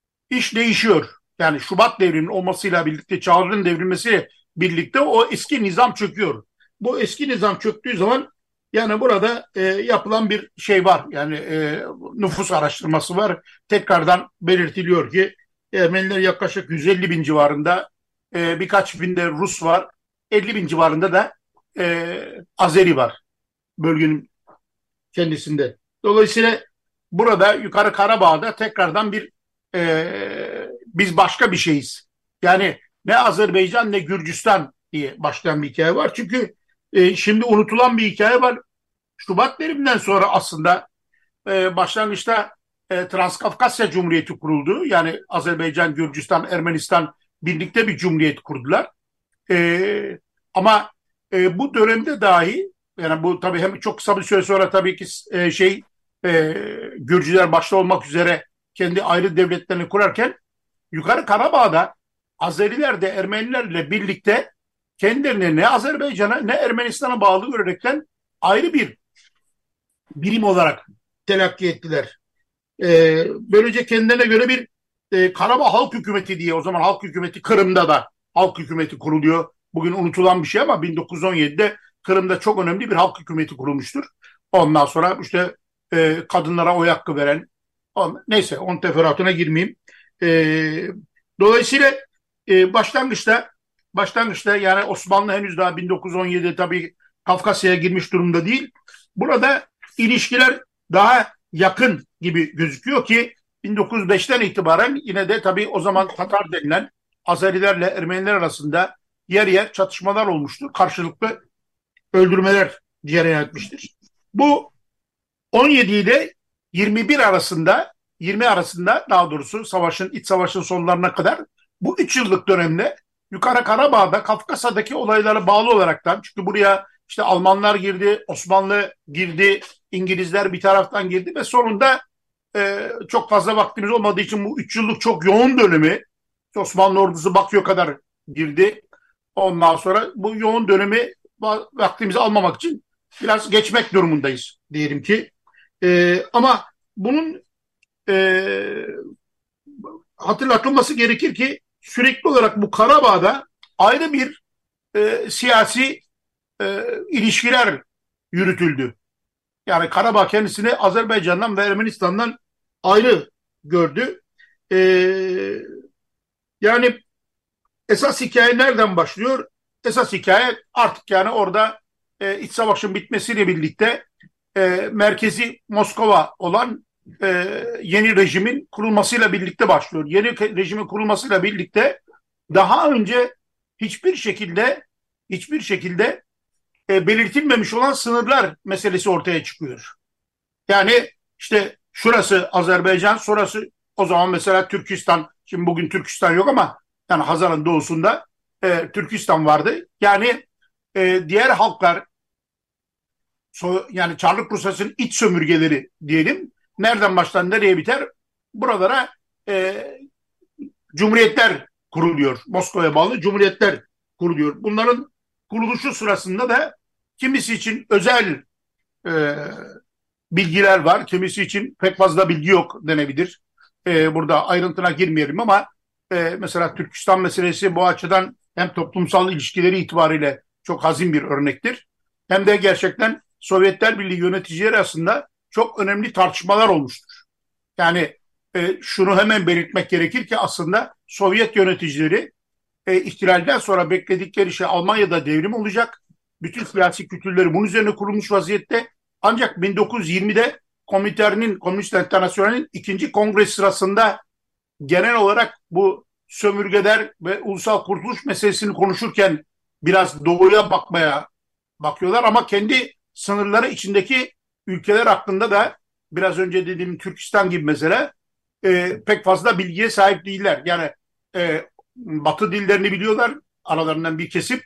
iş değişiyor. Yani Şubat devriminin olmasıyla birlikte, Çağrı'nın devrilmesiyle birlikte o eski nizam çöküyor. Bu eski nizam çöktüğü zaman yani burada e, yapılan bir şey var. Yani e, nüfus araştırması var. Tekrardan belirtiliyor ki Ermeniler yaklaşık yüz elli bin civarında, e, birkaç binde Rus var. elli bin civarında da e, Azeri var bölgenin kendisinde. Dolayısıyla burada Yukarı Karabağ'da tekrardan bir e, biz başka bir şeyiz. Yani ne Azerbaycan ne Gürcistan diye başlayan bir hikaye var. Çünkü e, şimdi unutulan bir hikaye var. Şubat devriminden sonra aslında e, başlangıçta e, Transkafkasya Cumhuriyeti kuruldu. Yani Azerbaycan, Gürcistan, Ermenistan birlikte bir cumhuriyet kurdular. E, ama e, bu dönemde dahi, yani bu tabii hem çok kısa bir süre sonra tabii ki e, şey e, Gürcüler başta olmak üzere kendi ayrı devletlerini kurarken Yukarı Karabağ'da Azeriler de Ermenilerle birlikte kendilerini ne Azerbaycan'a ne Ermenistan'a bağlı görerekten ayrı bir birim olarak telakki ettiler. E, böylece kendilerine göre bir e, Karabağ Halk Hükümeti diye, o zaman Halk Hükümeti Kırım'da da Halk Hükümeti kuruluyor. Bugün unutulan bir şey ama bin dokuz yüz on yedide Kırım'da çok önemli bir halk hükümeti kurulmuştur. Ondan sonra işte e, kadınlara oy hakkı veren, on, neyse onun teferruatına girmeyeyim. E, dolayısıyla e, başlangıçta başlangıçta yani Osmanlı henüz daha bin dokuz yüz on yedide tabii Kafkasya'ya girmiş durumda değil. Burada ilişkiler daha yakın gibi gözüküyor ki bin dokuz yüz beşten itibaren yine de tabii o zaman Tatar denilen Azerilerle Ermeniler arasında yer yer çatışmalar olmuştur. Karşılıklı öldürmeler cereyan etmiştir. Bu on yedi ile yirmi bir arasında, yirmi arasında daha doğrusu savaşın, iç savaşın sonlarına kadar bu üç yıllık dönemde Yukarı Karabağ'da Kafkasya'daki olaylara bağlı olaraktan, çünkü buraya işte Almanlar girdi, Osmanlı girdi, İngilizler bir taraftan girdi ve sonunda e, çok fazla vaktimiz olmadığı için bu üç yıllık çok yoğun dönemi, Osmanlı ordusu Bakü'ye kadar girdi. Ondan sonra bu yoğun dönemi vaktimizi almamak için biraz geçmek durumundayız diyelim ki. E, ama bunun e, hatırlatılması gerekir ki sürekli olarak bu Karabağ'da ayrı bir e, siyasi e, ilişkiler yürütüldü. Yani Karabağ kendisini Azerbaycan'dan ve Ermenistan'dan ayrı gördü. E, yani esas hikaye nereden başlıyor? Esas hikaye artık yani orada e, iç savaşın bitmesiyle birlikte e, merkezi Moskova olan e, yeni rejimin kurulmasıyla birlikte başlıyor. Yeni rejimin kurulmasıyla birlikte daha önce hiçbir şekilde hiçbir şekilde e, belirtilmemiş olan sınırlar meselesi ortaya çıkıyor. Yani işte şurası Azerbaycan, sonrası o zaman mesela Türkistan. Şimdi bugün Türkistan yok ama yani Hazar'ın doğusunda e, Türkistan vardı. Yani e, diğer halklar, so, yani Çarlık Rusyası'nın iç sömürgeleri diyelim. Nereden başlar nereye biter? Buralara e, cumhuriyetler kuruluyor. Moskova'ya bağlı cumhuriyetler kuruluyor. Bunların kuruluşu sırasında da kimisi için özel e, bilgiler var. Kimisi için pek fazla bilgi yok denebilir. E, burada ayrıntına girmeyelim ama e, mesela Türkistan meselesi bu açıdan hem toplumsal ilişkileri itibariyle çok hazin bir örnektir. Hem de gerçekten Sovyetler Birliği yöneticileri arasında çok önemli tartışmalar olmuştur. Yani e, şunu hemen belirtmek gerekir ki aslında Sovyet yöneticileri e, ihtilalden sonra bekledikleri şey Almanya'da devrim olacak. Bütün siyasi kültürleri bunun üzerine kurulmuş vaziyette. Ancak bin dokuz yüz yirmide Komintern'in, Komünist Enternasyonel'in ikinci kongre sırasında genel olarak bu sömürgeler ve ulusal kurtuluş meselesini konuşurken biraz doğuya bakmaya bakıyorlar ama kendi sınırları içindeki ülkeler hakkında da biraz önce dediğim Türkistan gibi mesela e, pek fazla bilgiye sahip değiller. Yani e, Batı dillerini biliyorlar, aralarından bir kesim.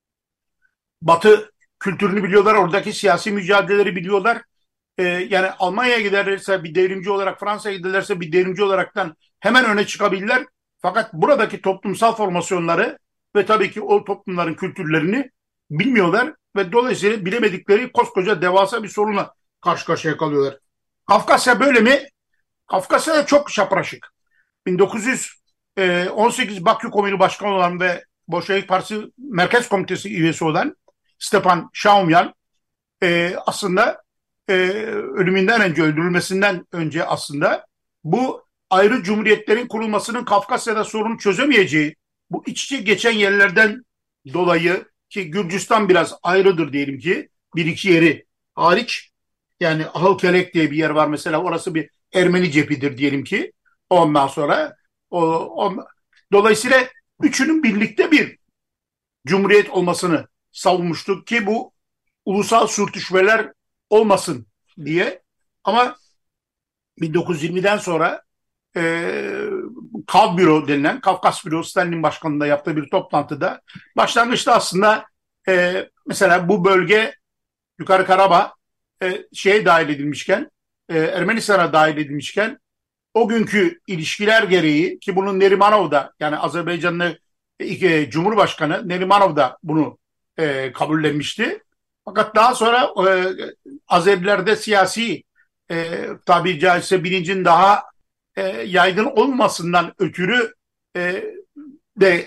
Batı kültürünü biliyorlar, oradaki siyasi mücadeleleri biliyorlar. E, yani Almanya'ya giderlerse bir devrimci olarak, Fransa'ya giderlerse bir devrimci olaraktan hemen öne çıkabilirler. Fakat buradaki toplumsal formasyonları ve tabii ki o toplumların kültürlerini bilmiyorlar ve dolayısıyla bilemedikleri koskoca devasa bir sorunla karşı karşıya kalıyorlar. Kafkasya böyle mi? Kafkasya da çok şapraşık. bin dokuz yüz on sekiz Bakü Komünü Başkanı olan ve Bolşevik Partisi Merkez Komitesi üyesi olan Stepan Şaumyan e, aslında e, ölümünden önce, öldürülmesinden önce aslında bu ayrı cumhuriyetlerin kurulmasının Kafkasya'da sorunu çözemeyeceği, bu iç içe geçen yerlerden dolayı ki Gürcistan biraz ayrıdır diyelim ki bir iki yeri hariç, yani Ahılkelek diye bir yer var mesela, orası bir Ermeni cephidir diyelim ki. Ondan sonra o, on, dolayısıyla üçünün birlikte bir cumhuriyet olmasını savunmuştuk ki bu ulusal sürtüşmeler olmasın diye. Ama bin dokuz yüz yirmiden sonra e, Kavbüro denilen, Kafkas Büro, Stalin'in başkanlığında yaptığı bir toplantıda başlangıçta aslında e, mesela bu bölge Yukarı Karabağ e, şeye dahil edilmişken, e, Ermenistan'a dahil edilmişken o günkü ilişkiler gereği ki bunun Nerimanov da, yani Azerbaycanlı e, Cumhurbaşkanı Nerimanov da bunu e, kabullenmişti. Fakat daha sonra e, Azerilerde siyasi e, tabiri caizse bilincin daha e, yaygın olmasından ötürü e, de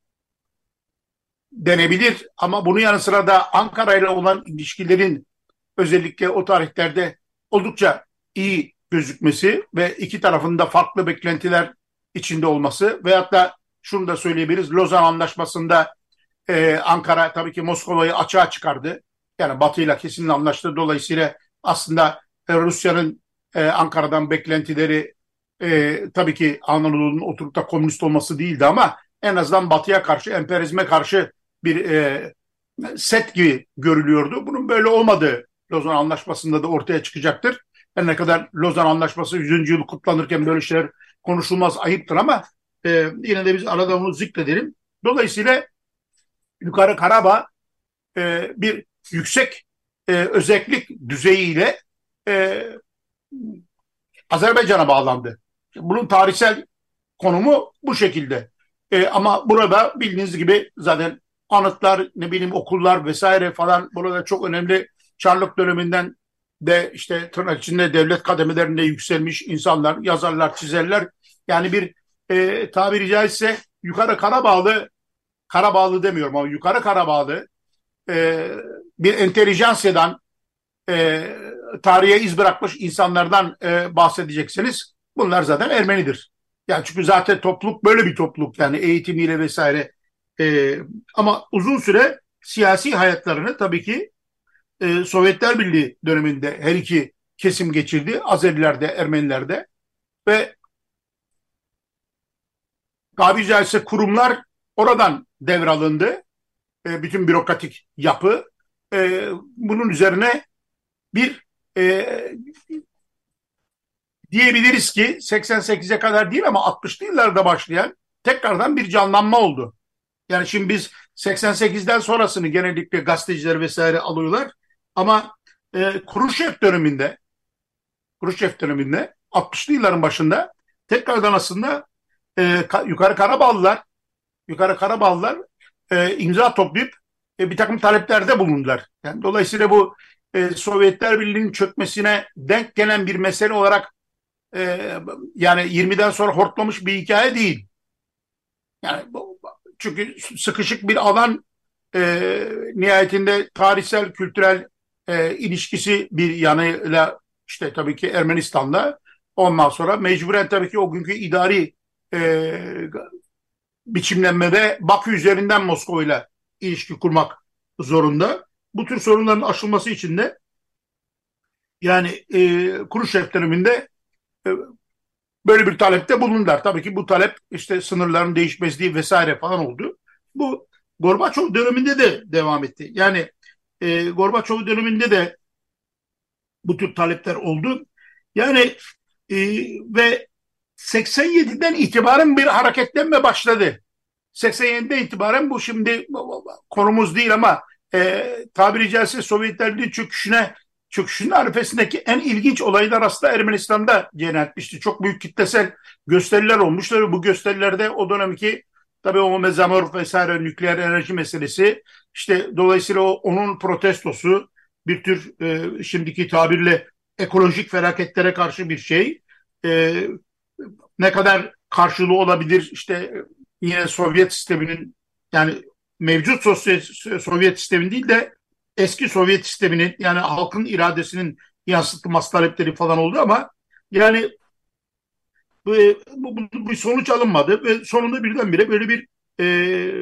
denebilir. Ama bunun yanı sıra da Ankara ile olan ilişkilerin özellikle o tarihlerde oldukça iyi gözükmesi ve iki tarafında farklı beklentiler içinde olması veyahut da şunu da söyleyebiliriz. Lozan Anlaşması'nda e, Ankara tabii ki Moskova'yı açığa çıkardı. Yani Batı ile kesinlikle anlaştı. Dolayısıyla aslında e, Rusya'nın e, Ankara'dan beklentileri e, tabii ki Anadolu'nun oturup da komünist olması değildi ama en azından Batı'ya karşı, emperyalizme karşı bir e, set gibi görülüyordu. Bunun böyle olmadığı Lozan Anlaşması'nda da ortaya çıkacaktır. Her ne kadar Lozan Anlaşması yüzüncü yıl kutlanırken böyle şeyler konuşulmaz, ayıptır ama e, yine de biz arada onu zikredelim. Dolayısıyla Yukarı Karabağ e, bir yüksek e, özellik düzeyiyle e, Azerbaycan'a bağlandı. Bunun tarihsel konumu bu şekilde. E, ama burada bildiğiniz gibi zaten anıtlar, ne bileyim okullar vesaire falan burada çok önemli. Çarlık döneminden de işte tırnak içinde devlet kademelerinde yükselmiş insanlar, yazarlar, çizerler. Yani bir e, tabiri caizse Yukarı Karabağlı, Karabağlı demiyorum ama Yukarı Karabağlı e, bir entelijansiyadan e, tarihe iz bırakmış insanlardan e, bahsedeceksiniz. Bunlar zaten Ermenidir. Yani çünkü zaten topluluk böyle bir topluluk yani eğitimiyle vesaire. E, ama uzun süre siyasi hayatlarını tabii ki e, Sovyetler Birliği döneminde her iki kesim geçirdi. Azeriler de Ermeniler de ve tabiri caizse kurumlar oradan devralındı. E, bütün bürokratik yapı. E, bunun üzerine bir e, diyebiliriz ki seksen sekize kadar değil ama altmışlı yıllarda başlayan tekrardan bir canlanma oldu. Yani şimdi biz seksen sekizden sonrasını genellikle gazeteciler vesaire alıyorlar ama e, Kruşev döneminde Kruşev döneminde altmışlı yılların başında tekrardan aslında e, Yukarı Karabağlılar Yukarı Karabağlılar e, imza toplayıp e, bir takım taleplerde bulundular. Yani dolayısıyla bu e, Sovyetler Birliği'nin çökmesine denk gelen bir mesele olarak e, yani yirmiden sonra hortlamış bir hikaye değil. Yani bu, çünkü sıkışık bir alan e, nihayetinde tarihsel, kültürel e, ilişkisi bir yanıyla işte tabii ki Ermenistan'da ondan sonra mecburen tabii ki o günkü idari e, biçimlenmede Bakü üzerinden Moskova ile ilişki kurmak zorunda. Bu tür sorunların aşılması için de yani e, Kruşev döneminde e, böyle bir talepte bulundular. Tabii ki bu talep işte sınırların değişmezliği vesaire falan oldu. Bu Gorbaçov döneminde de devam etti. Yani e, Gorbaçov döneminde de bu tür talepler oldu. Yani e, ve seksen yediden itibaren bir hareketlenme başladı. seksen yediden itibaren bu şimdi konumuz değil ama e, tabiri caizse Sovyetler Birliği çöküşüne çöküşünün arifesindeki en ilginç olaylar aslında Ermenistan'da cereyan etmişti. Çok büyük kitlesel gösteriler olmuştu ve bu gösterilerde o dönemki tabii o mezamor vesaire nükleer enerji meselesi işte dolayısıyla o, onun protestosu bir tür e, şimdiki tabirle ekolojik felaketlere karşı bir şey. E, ne kadar karşılığı olabilir işte yine Sovyet sisteminin yani mevcut Sovyet, Sovyet sisteminin değil de eski Sovyet sisteminin yani halkın iradesinin yansıtılması talepleri falan oldu ama yani bu, bu, bu, bu sonuç alınmadı ve sonunda birdenbire böyle bir e,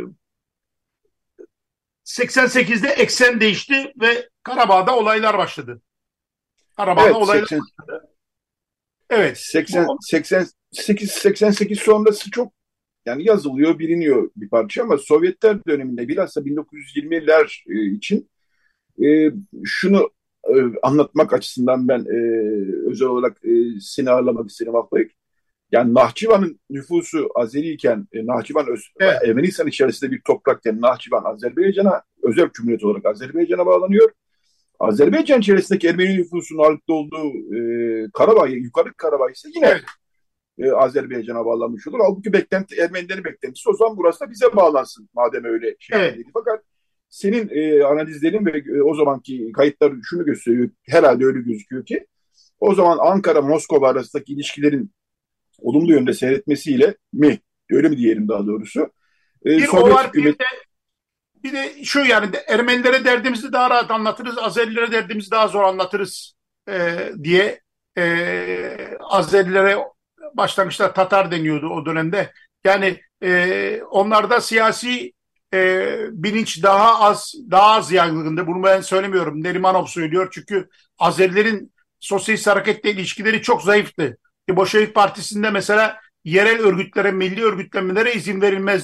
seksen sekizde eksen değişti ve Karabağ'da olaylar başladı. Karabağ'da Evet, olaylar seksen, başladı. Evet. seksen, Bu, seksen sekiz, seksen sekiz sonrası çok yani yazılıyor, biliniyor bir parça ama Sovyetler döneminde bilhassa bin dokuz yüz yirmiler e, için e, şunu e, anlatmak açısından ben e, özel olarak e, seni ağırlamak istedim Akbayık. Yani Nahçıvan'ın nüfusu Azeriyken, e, Nahçıvan Öz- evet. Ermenistan içerisinde bir toprakken Nahçıvan Azerbaycan'a, özel cumhuriyet olarak Azerbaycan'a bağlanıyor. Azerbaycan içerisindeki Ermeni nüfusunun ağırlıkta olduğu e, Karabağ, Yukarı Karabağ ise yine Evet. e, Azerbaycan'a bağlanmış olur. Halbuki beklenti, Ermenilerin beklentisi o zaman burası da bize bağlansın madem öyle Evet. şeklindeydi. Fakat senin e, analizlerin ve e, o zamanki kayıtlar şunu gösteriyor. Herhalde öyle gözüküyor ki o zaman Ankara-Moskova arasındaki ilişkilerin olumlu yönde seyretmesiyle mi, öyle mi diyelim daha doğrusu, e, Bir o Sovyet var bir hükümet. de bir de şu yani de, Ermenilere derdimizi daha rahat anlatırız, Azerilere derdimizi daha zor anlatırız e, diye e, Azerilere başlangıçta Tatar deniyordu o dönemde. Yani e, onlarda siyasi e, bilinç daha az daha az yaygındı. Bunu ben söylemiyorum. Nerimanov söylüyor çünkü Azerilerin sosyalist hareketle ilişkileri çok zayıftı. E, Bolşevik Partisi'nde mesela yerel örgütlere, milli örgütlenmelere izin verilmezdi.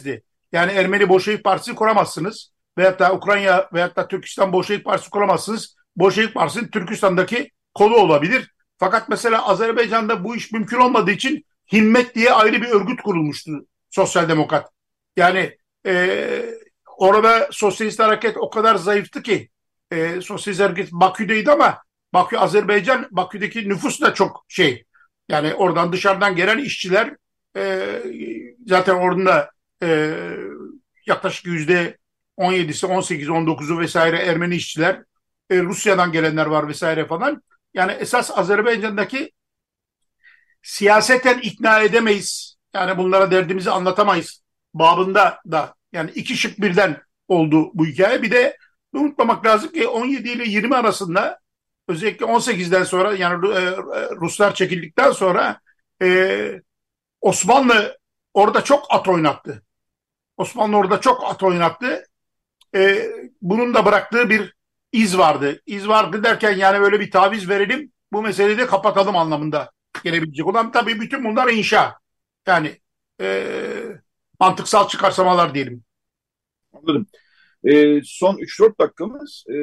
Yani Ermeni Bolşevik Partisi kuramazsınız. Veyahut da Ukrayna veyahut da Türkistan Bolşevik Partisi kuramazsınız. Bolşevik Partisi'nin Türkistan'daki kolu olabilir. Fakat mesela Azerbaycan'da bu iş mümkün olmadığı için Himmet diye ayrı bir örgüt kurulmuştu, Sosyal Demokrat. Yani e, orada Sosyalist Hareket o kadar zayıftı ki, e, Sosyalist Hareket Bakü'deydi ama Bakü, Azerbaycan, Bakü'deki nüfus da çok şey. Yani oradan dışarıdan gelen işçiler, e, zaten orada e, yaklaşık yüzde on yedisi, on sekizi, on dokuzu vesaire Ermeni işçiler, e, Rusya'dan gelenler var vesaire falan. Yani esas Azerbaycan'daki siyaseten ikna edemeyiz. Yani bunlara derdimizi anlatamayız babında da, yani iki şık birden oldu bu hikaye. Bir de unutmamak lazım ki on yedi ile yirmi arasında, özellikle on sekizden sonra, yani Ruslar çekildikten sonra e, Osmanlı orada çok at oynattı. Osmanlı orada çok at oynattı. E, bunun da bıraktığı bir iz vardı. İz vardı derken yani böyle bir taviz verelim, bu meseleyi de kapatalım anlamında gelebilecek olan. Tabii bütün bunlar inşa. Yani e, mantıksal çıkarsamalar diyelim. Anladım. E, son üç dört dakikamız, e,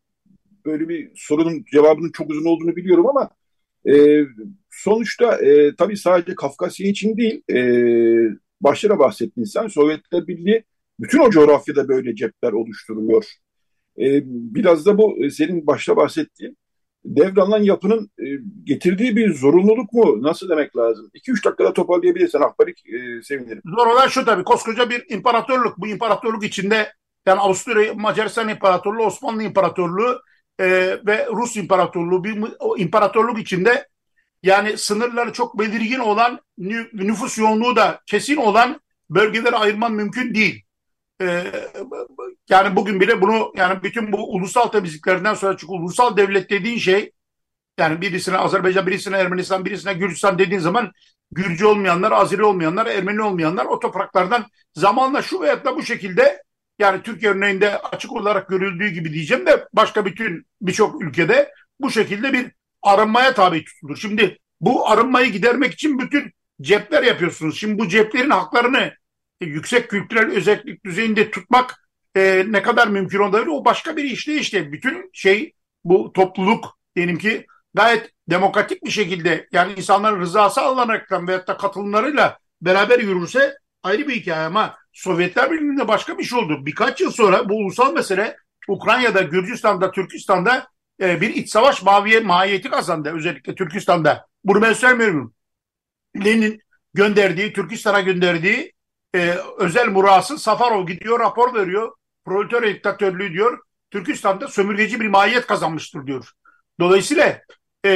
böyle bir sorunun cevabının çok uzun olduğunu biliyorum ama e, sonuçta e, tabii sadece Kafkasya için değil, e, başta da bahsettin sen, Sovyetler Birliği bütün o coğrafyada böyle cepler oluşturuyor. E, biraz da bu e, senin başta bahsettiğin devralan yapının e, getirdiği bir zorunluluk mu? Nasıl demek lazım? iki üç dakikada toparlayabilirsen Akbarik, e, sevinirim. Zor olan şu, tabii koskoca bir imparatorluk. Bu imparatorluk içinde yani Avusturya Macaristan İmparatorluğu, Osmanlı İmparatorluğu e, ve Rus İmparatorluğu, bir o imparatorluk içinde yani sınırları çok belirgin olan, nüfus yoğunluğu da kesin olan bölgelere ayırman mümkün değil. Ee, yani bugün bile bunu, yani bütün bu ulusal temizliklerden sonra, çünkü ulusal devlet dediğin şey, yani birisine Azerbaycan, birisine Ermenistan, birisine Gürcistan dediğin zaman Gürcü olmayanlar, Azeri olmayanlar, Ermeni olmayanlar o topraklardan zamanla şu veyahut da bu şekilde, yani Türkiye örneğinde açık olarak görüldüğü gibi diyeceğim de başka bütün birçok ülkede bu şekilde bir arınmaya tabi tutulur. Şimdi bu arınmayı gidermek için bütün cepler yapıyorsunuz. Şimdi bu ceplerin haklarını e, yüksek kültürel özellik düzeyinde tutmak e, ne kadar mümkün olabilir? O başka bir işle işte. Bütün şey, bu topluluk diyelim ki gayet demokratik bir şekilde, yani insanların rızası alınaraktan veyahut da katılımlarıyla beraber yürürse ayrı bir hikaye, ama Sovyetler Birliği'nde başka bir şey oldu. Birkaç yıl sonra bu ulusal mesele Ukrayna'da, Gürcistan'da, Türkistan'da e, bir iç savaş maviye, mahiyeti kazandı. Özellikle Türkistan'da. Bunu ben söylemiyorum. Lenin gönderdiği, Türkistan'a gönderdiği e, özel murası Safarov gidiyor, rapor veriyor. Proletarya diktatörlüğü diyor, Türkistan'da sömürgeci bir mahiyet kazanmıştır diyor. Dolayısıyla e,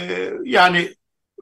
yani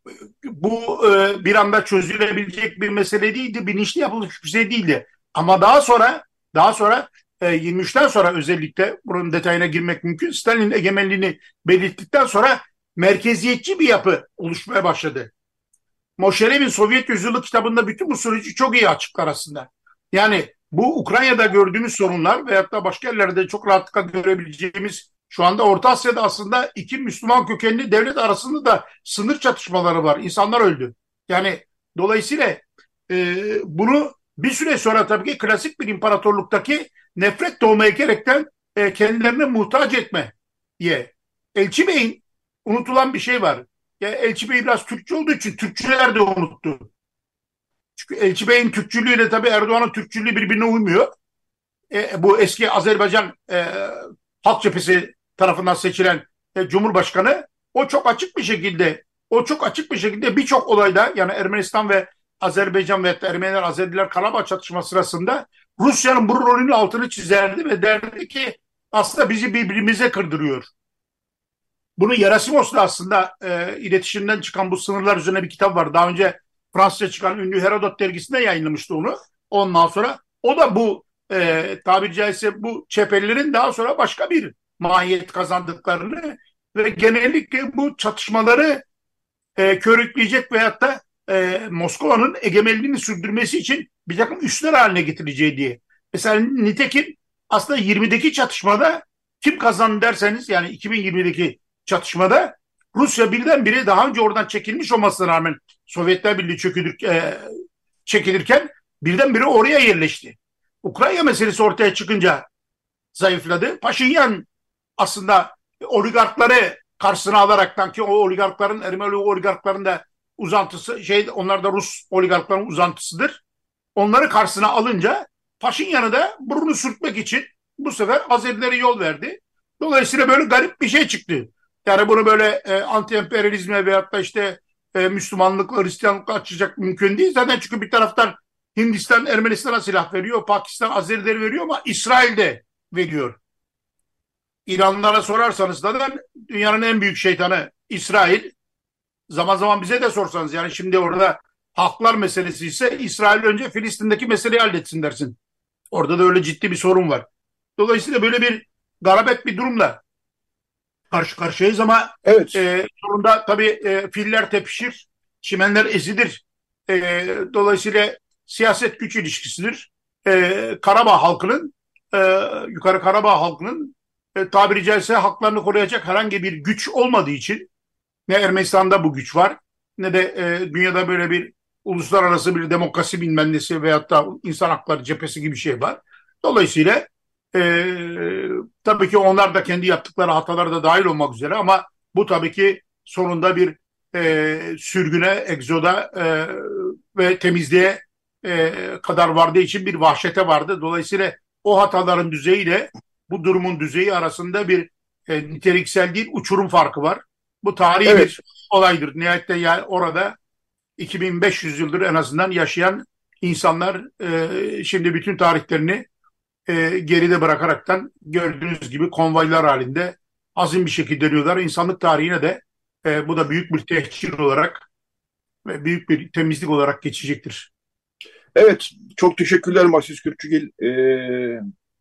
bu e, bir anda çözülebilecek bir mesele değildi, bilinçli yapılmış bir şey değildi. Ama daha sonra, daha sonra e, yirmi üçten sonra özellikle, bunun detayına girmek mümkün, Stalin'in egemenliğini belirttikten sonra merkeziyetçi bir yapı oluşmaya başladı. Moşerev'in Sovyet Yüzyılı kitabında bütün bu süreci çok iyi açıklar aslında. Yani bu Ukrayna'da gördüğümüz sorunlar veyahut da başka yerlerde çok rahatlıkla görebileceğimiz, şu anda Orta Asya'da aslında iki Müslüman kökenli devlet arasında da sınır çatışmaları var. İnsanlar öldü. Yani dolayısıyla e, bunu bir süre sonra tabii ki klasik bir imparatorluktaki nefret doğmaya gerekten e, kendilerine muhtaç etme diye. Elçi Bey'in unutulan bir şey var. Yani Elçi Bey biraz Türkçe olduğu için Türkçüler de unuttu. Çünkü Elçi Bey'in Türkçülüğüyle tabii Erdoğan'ın Türkçülüğü birbirine uymuyor. E, bu eski Azerbaycan e, Halk Cephesi tarafından seçilen e, Cumhurbaşkanı, o çok açık bir şekilde o çok açık bir şekilde birçok olayda, yani Ermenistan ve Azerbaycan ve Ermeniler Azeriler Karabağ çatışma sırasında Rusya'nın bu rolünün altını çizerdi ve derdi ki aslında bizi birbirimize kırdırıyor. Bunu Yerasimos'la aslında e, iletişimden çıkan bu sınırlar üzerine bir kitap var. Daha önce Fransızca çıkan ünlü Herodot dergisinde yayınlamıştı onu. Ondan sonra o da bu e, tabiri caizse bu çeperlerin daha sonra başka bir mahiyet kazandıklarını ve genellikle bu çatışmaları e, körükleyecek veyahut da e, Moskova'nın egemenliğini sürdürmesi için bir takım üsler haline getireceği diye. Mesela nitekim aslında yirmideki çatışmada kim kazandı derseniz, yani iki bin yirmideki çatışmada Rusya birdenbire, daha önce oradan çekilmiş olmasına rağmen Sovyetler Birliği çökülür, e, çekilirken birdenbire oraya yerleşti. Ukrayna meselesi ortaya çıkınca zayıfladı. Paşinyan aslında oligarkları karşısına alaraktan, ki o oligarkların, Ermeni oligarkların da uzantısı, şey, onlar da Rus oligarkların uzantısıdır. Onları karşısına alınca Paşinyan'ı da burnunu sürtmek için bu sefer Azerilere yol verdi. Dolayısıyla böyle garip bir şey çıktı. Yani bunu böyle e, anti-emperyalizme veyahut da işte e, Müslümanlıkla, Hristiyanlıkla açacak mümkün değil. Zaten çünkü bir taraftan Hindistan Ermenistan'a silah veriyor, Pakistan Azerileri veriyor ama İsrail de veriyor. İranlılara sorarsanız zaten dünyanın en büyük şeytanı İsrail. Zaman zaman bize de sorsanız, yani şimdi orada haklar meselesi ise İsrail önce Filistin'deki meseleyi halletsin dersin. Orada da öyle ciddi bir sorun var. Dolayısıyla böyle bir garabet bir durumla karşı karşıyayız ama Evet. e, sonunda tabii e, filler tepişir, çimenler ezilir. E, dolayısıyla siyaset güç ilişkisidir. E, Karabağ halkının, e, yukarı Karabağ halkının e, tabiri caizse haklarını koruyacak herhangi bir güç olmadığı için, ne Ermenistan'da bu güç var ne de e, dünyada böyle bir uluslararası bir demokrasi bilmem nesi veyahut da insan hakları cephesi gibi bir şey var. Dolayısıyla e, tabii ki onlar da kendi yaptıkları hatalara da dahil olmak üzere, ama bu tabii ki sonunda bir e, sürgüne, egzoda e, ve temizliğe e, kadar vardığı için bir vahşete vardı. Dolayısıyla o hataların düzeyiyle bu durumun düzeyi arasında bir e, niteliksel değil, uçurum farkı var. Bu tarihi Evet. bir olaydır. Nihayette yani orada iki bin beş yüz yıldır en azından yaşayan insanlar e, şimdi bütün tarihlerini e, geride bırakaraktan gördüğünüz gibi konvoylar halinde azim bir şekilde dönüyorlar. İnsanlık tarihine de e, bu da büyük bir tehcir olarak ve büyük bir temizlik olarak geçecektir. Evet. Çok teşekkürler Mahsus Kürkçügil. Ee,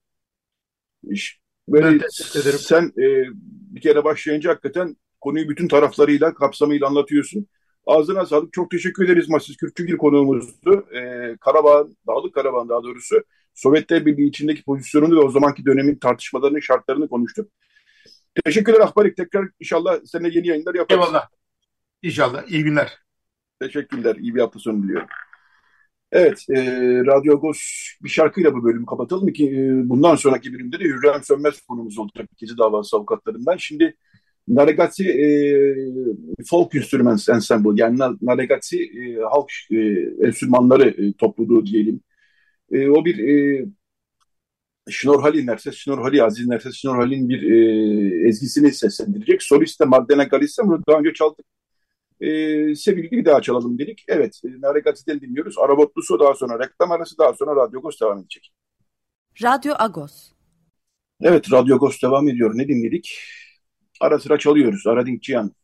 iş- Ben böyle teşekkür ederim. sen e, bir kere başlayınca hakikaten konuyu bütün taraflarıyla, kapsamıyla anlatıyorsun. Ağzına sağlık. Çok teşekkür ederiz Mahsus Kürkçügil konuğumuzdu. Ee, Karabağ, Dağlık Karabağ daha doğrusu Sovyetler Birliği içindeki pozisyonunu ve o zamanki dönemin tartışmalarını, şartlarını konuştuk. Teşekkürler Akbarik. Tekrar inşallah seninle yeni yayınlar yaparız. Eyvallah. İnşallah. İyi günler. Teşekkürler. İyi bir hafta sonu diliyorum. Evet, e, Radyo Agos bir şarkıyla bu bölümü kapatalım ki e, bundan sonraki bölümde de Hürrem Sönmez konumuz olacak. Gezi davası avukatlarından. Şimdi Naregati e, Folk Instruments Ensemble, yani Naregati e, halk e, enstrümanları e, topluluğu diyelim. E, o bir e, Şnorhali Nerses Şnorhali, Aziz Nerses Şnorhali'nin bir e, ezgisini seslendirecek. Solist de Magdalena Galissa, bunu daha önce çaldık. Ee, sevildi, bir daha çalalım dedik. Evet, e, Naregati'den dinliyoruz. Arabotlusu, daha sonra reklam arası, daha sonra Radyo Agos devam edecek. Radyo Agos. Evet, Radyo Agos devam ediyor. Ne dinledik? Ara sıra çalıyoruz. Aradin Cihan.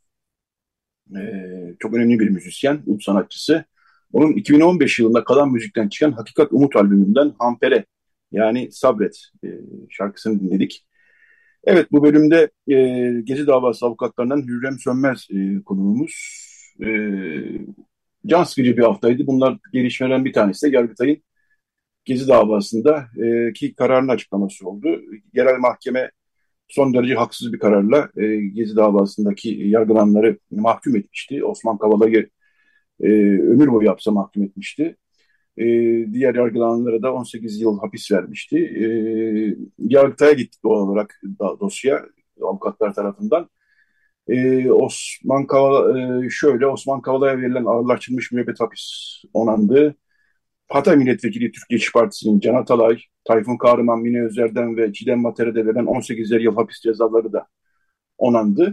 Ee, çok önemli bir müzisyen, um sanatçısı. Onun iki bin on beş yılında Kalan Müzik'ten çıkan Hakikat Umut albümünden Hampere, yani Sabret e, şarkısını dinledik. Evet, bu bölümde e, Gezi davası avukatlarından Hürrem Sönmez e, konuğumuz. E, Can sıkıcı bir haftaydı. Bunlar gelişmelerin bir tanesi de Yargıtay'ın Gezi davasında e, ki kararını açıklaması oldu. Yerel mahkeme son derece haksız bir kararla e, Gezi davasındaki yargılananları mahkum etmişti. Osman Kavala'yı e, ömür boyu hapse mahkum etmişti. E, diğer yargılananlara da on sekiz yıl hapis vermişti. E, Yargıtay'a gitti doğal olarak da, dosya avukatlar tarafından. E, Osman Kavala, e, şöyle Osman Kavala'ya verilen ağırlaştırılmış müebbet hapis onandı. Hatay Milletvekili Türkiye İşçi Partisi'nin Can Atalay, Tayfun Kahraman, Mine Özer'den ve Çiğdem Matere'de verilen on sekizer yıl hapis cezaları da onandı.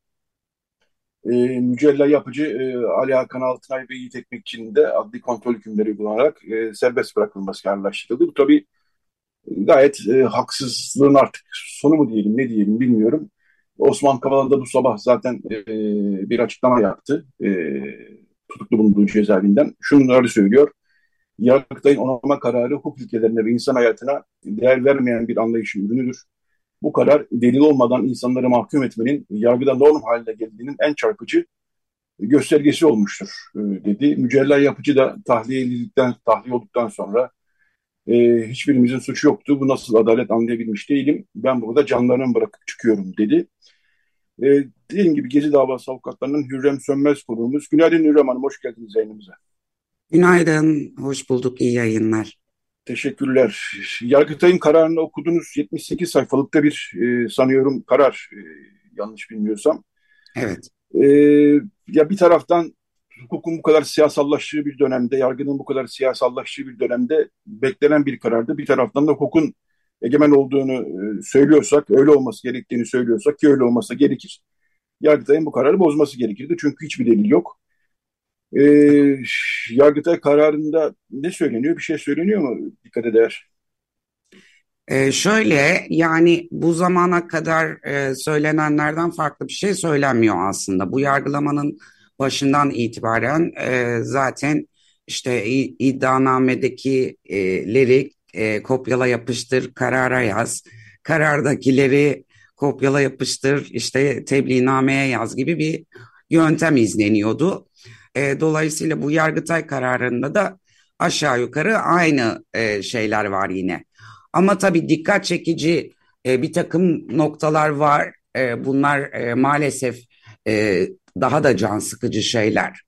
E, Mücella Yapıcı, e, Ali Hakan Altınay ve Yiğit Ekmekçi'nin de adli kontrol hükümleri uygulanarak e, serbest bırakılması kararlaştırıldı. Bu tabii gayet e, haksızlığın artık sonu mu diyelim, ne diyelim bilmiyorum. Osman Kavala da bu sabah zaten e, bir açıklama yaptı. E, tutuklu bulunduğu cezaevinden. Şunları söylüyor. Yargıtay'ın onama kararı hukuk ilkelerine ve insan hayatına değer vermeyen bir anlayışın ürünüdür. Bu karar delil olmadan insanları mahkum etmenin yargıda norm haline geldiğinin en çarpıcı göstergesi olmuştur e, dedi. Mücella Yapıcı da tahliye edildikten, tahliye olduktan sonra e, hiçbirimizin suçu yoktu. Bu nasıl adalet anlayabilmiş değilim. Ben burada canlarını bırakıp çıkıyorum dedi. E, dediğim gibi Gezi davası avukatlarının Hürrem Sönmez konuğumuz. Günaydın Hürrem Hanım, hoş geldiniz yayınımıza. Günaydın, hoş bulduk, iyi yayınlar. Teşekkürler. Yargıtay'ın kararını okudunuz. yetmiş sekiz sayfalıkta bir e, sanıyorum karar, e, yanlış bilmiyorsam. Evet. E, Ya bir taraftan hukukun bu kadar siyasallaştığı bir dönemde, yargının bu kadar siyasallaştığı bir dönemde beklenen bir karardı. Bir taraftan da hukukun egemen olduğunu e, söylüyorsak, öyle olması gerektiğini söylüyorsak ki öyle olması gerekir. Yargıtay'ın bu kararı bozması gerekirdi. Çünkü hiçbir delil yok. E, Yargıtay kararında ne söyleniyor? Bir şey söyleniyor mu? Dikkat eder. Ee, şöyle yani bu zamana kadar e, söylenenlerden farklı bir şey söylenmiyor aslında. Bu yargılamanın başından itibaren e, zaten işte i- iddianamedekileri e, kopyala yapıştır karara yaz, karardakileri kopyala yapıştır işte tebliğnameye yaz gibi bir yöntem izleniyordu. E, dolayısıyla bu Yargıtay kararında da aşağı yukarı aynı e, şeyler var yine. Ama tabii dikkat çekici e, bir takım noktalar var. E, bunlar e, maalesef e, daha da can sıkıcı şeyler.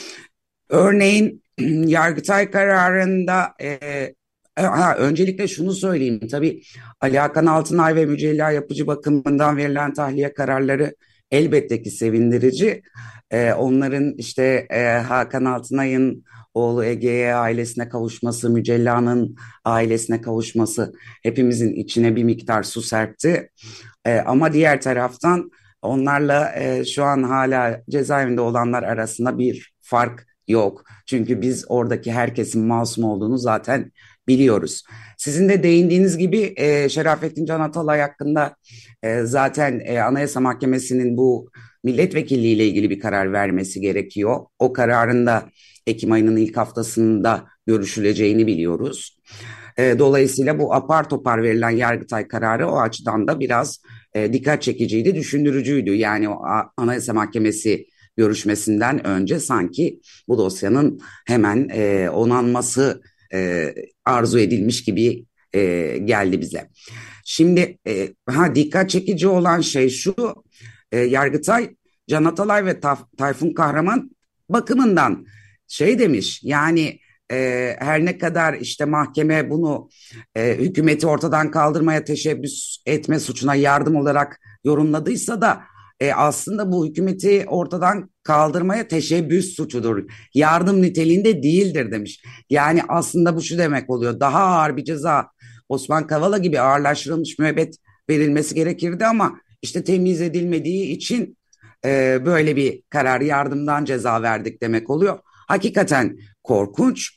Örneğin Yargıtay kararında e, e, ha, öncelikle şunu söyleyeyim. Tabii Ali Hakan Altınay ve Mücella Yapıcı bakımından verilen tahliye kararları elbette ki sevindirici. E, onların işte e, Hakan Altınay'ın oğlu Ege'ye ailesine kavuşması, Mücella'nın ailesine kavuşması hepimizin içine bir miktar su serpti. E, ama diğer taraftan onlarla e, şu an hala cezaevinde olanlar arasında bir fark yok. Çünkü biz oradaki herkesin masum olduğunu zaten biliyoruz. Sizin de değindiğiniz gibi e, Şerafettin Can Atalay hakkında e, zaten e, Anayasa Mahkemesi'nin bu milletvekilliği ile ilgili bir karar vermesi gerekiyor. O kararın da Ekim ayının ilk haftasında görüşüleceğini biliyoruz. E, dolayısıyla bu apar topar verilen Yargıtay kararı o açıdan da biraz e, dikkat çekiciydi, düşündürücüydü. Yani o Anayasa Mahkemesi görüşmesinden önce sanki bu dosyanın hemen e, onanması e, arzu edilmiş gibi e, geldi bize. Şimdi e, ha dikkat çekici olan şey şu, e, Yargıtay Can Atalay ve Taf- Tayfun Kahraman bakımından şey demiş yani e, her ne kadar işte mahkeme bunu e, hükümeti ortadan kaldırmaya teşebbüs etme suçuna yardım olarak yorumladıysa da e, aslında bu hükümeti ortadan kaldırmaya teşebbüs suçudur. Yardım niteliğinde değildir demiş. Yani aslında bu şu demek oluyor. Daha ağır bir ceza Osman Kavala gibi ağırlaştırılmış müebbet verilmesi gerekirdi ama işte temiz edilmediği için e, böyle bir karar yardımdan ceza verdik demek oluyor. Hakikaten korkunç.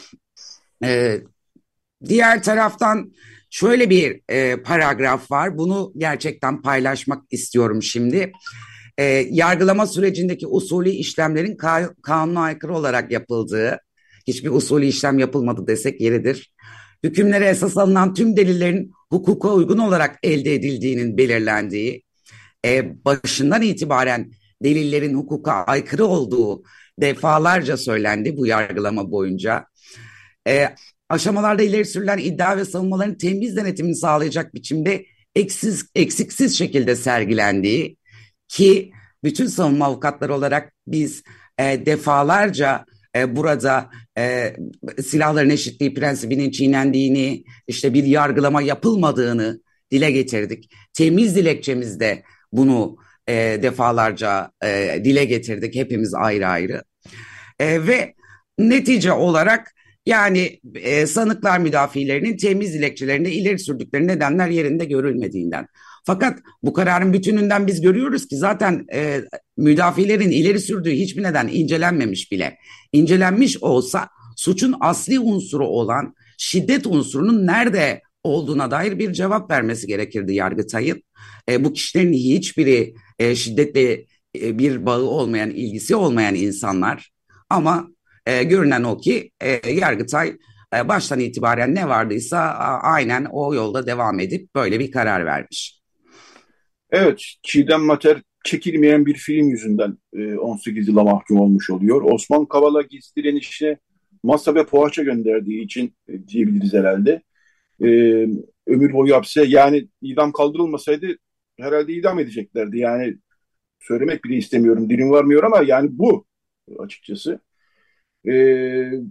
E, Diğer taraftan şöyle bir e, paragraf var. Bunu gerçekten paylaşmak istiyorum şimdi. E, yargılama sürecindeki usulü işlemlerin ka- kanuna aykırı olarak yapıldığı, hiçbir usulü işlem yapılmadı desek yeridir. Hükümlere esas alınan tüm delillerin hukuka uygun olarak elde edildiğinin belirlendiği, e, başından itibaren delillerin hukuka aykırı olduğu defalarca söylendi bu yargılama boyunca. E, Aşamalarda ileri sürülen iddia ve savunmaların temiz denetimini sağlayacak biçimde eksiz, eksiksiz şekilde sergilendiği ki bütün savunma avukatları olarak biz e, defalarca e, burada e, silahların eşitliği prensibinin çiğnendiğini, işte bir yargılama yapılmadığını dile getirdik. Temiz dilekçemizde bunu e, defalarca e, dile getirdik hepimiz ayrı ayrı. E, ve netice olarak yani e, sanıklar müdafilerinin temiz dilekçelerinde ileri sürdükleri nedenler yerinde görülmediğinden. Fakat bu kararın bütününden biz görüyoruz ki zaten e, müdafilerin ileri sürdüğü hiçbir neden incelenmemiş bile. İncelenmiş olsa suçun asli unsuru olan şiddet unsurunun nerede olduğuna dair bir cevap vermesi gerekirdi Yargıtay'ın. E, bu kişilerin hiçbiri e, şiddetle e, bir bağı olmayan, ilgisi olmayan insanlar. Ama e, görünen o ki e, Yargıtay e, baştan itibaren ne vardıysa a, aynen o yolda devam edip böyle bir karar vermiş. Evet, Çiğdem Mater çekilmeyen bir film yüzünden e, on sekiz yıla mahkum olmuş oluyor. Osman Kavala gizli direnişe masa ve poğaça gönderdiği için e, diyebiliriz herhalde. E, Ömür boyu hapse, yani idam kaldırılmasaydı herhalde idam edeceklerdi. Yani söylemek bile istemiyorum, dilim varmıyor ama yani bu açıkçası. E,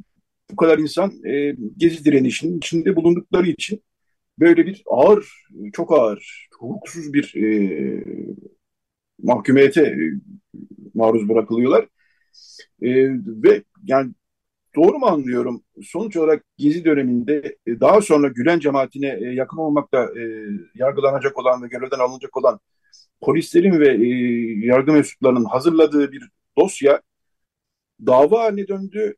bu kadar insan e, Gezi direnişinin içinde bulundukları için böyle bir ağır, çok ağır, hukuksuz bir e, mahkumiyete e, maruz bırakılıyorlar. E, ve yani doğru mu anlıyorum? Sonuç olarak Gezi döneminde e, daha sonra Gülen cemaatine e, yakın olmakta e, yargılanacak olan ve görevden alınacak olan polislerin ve e, yargı mensuplarının hazırladığı bir dosya dava haline döndü.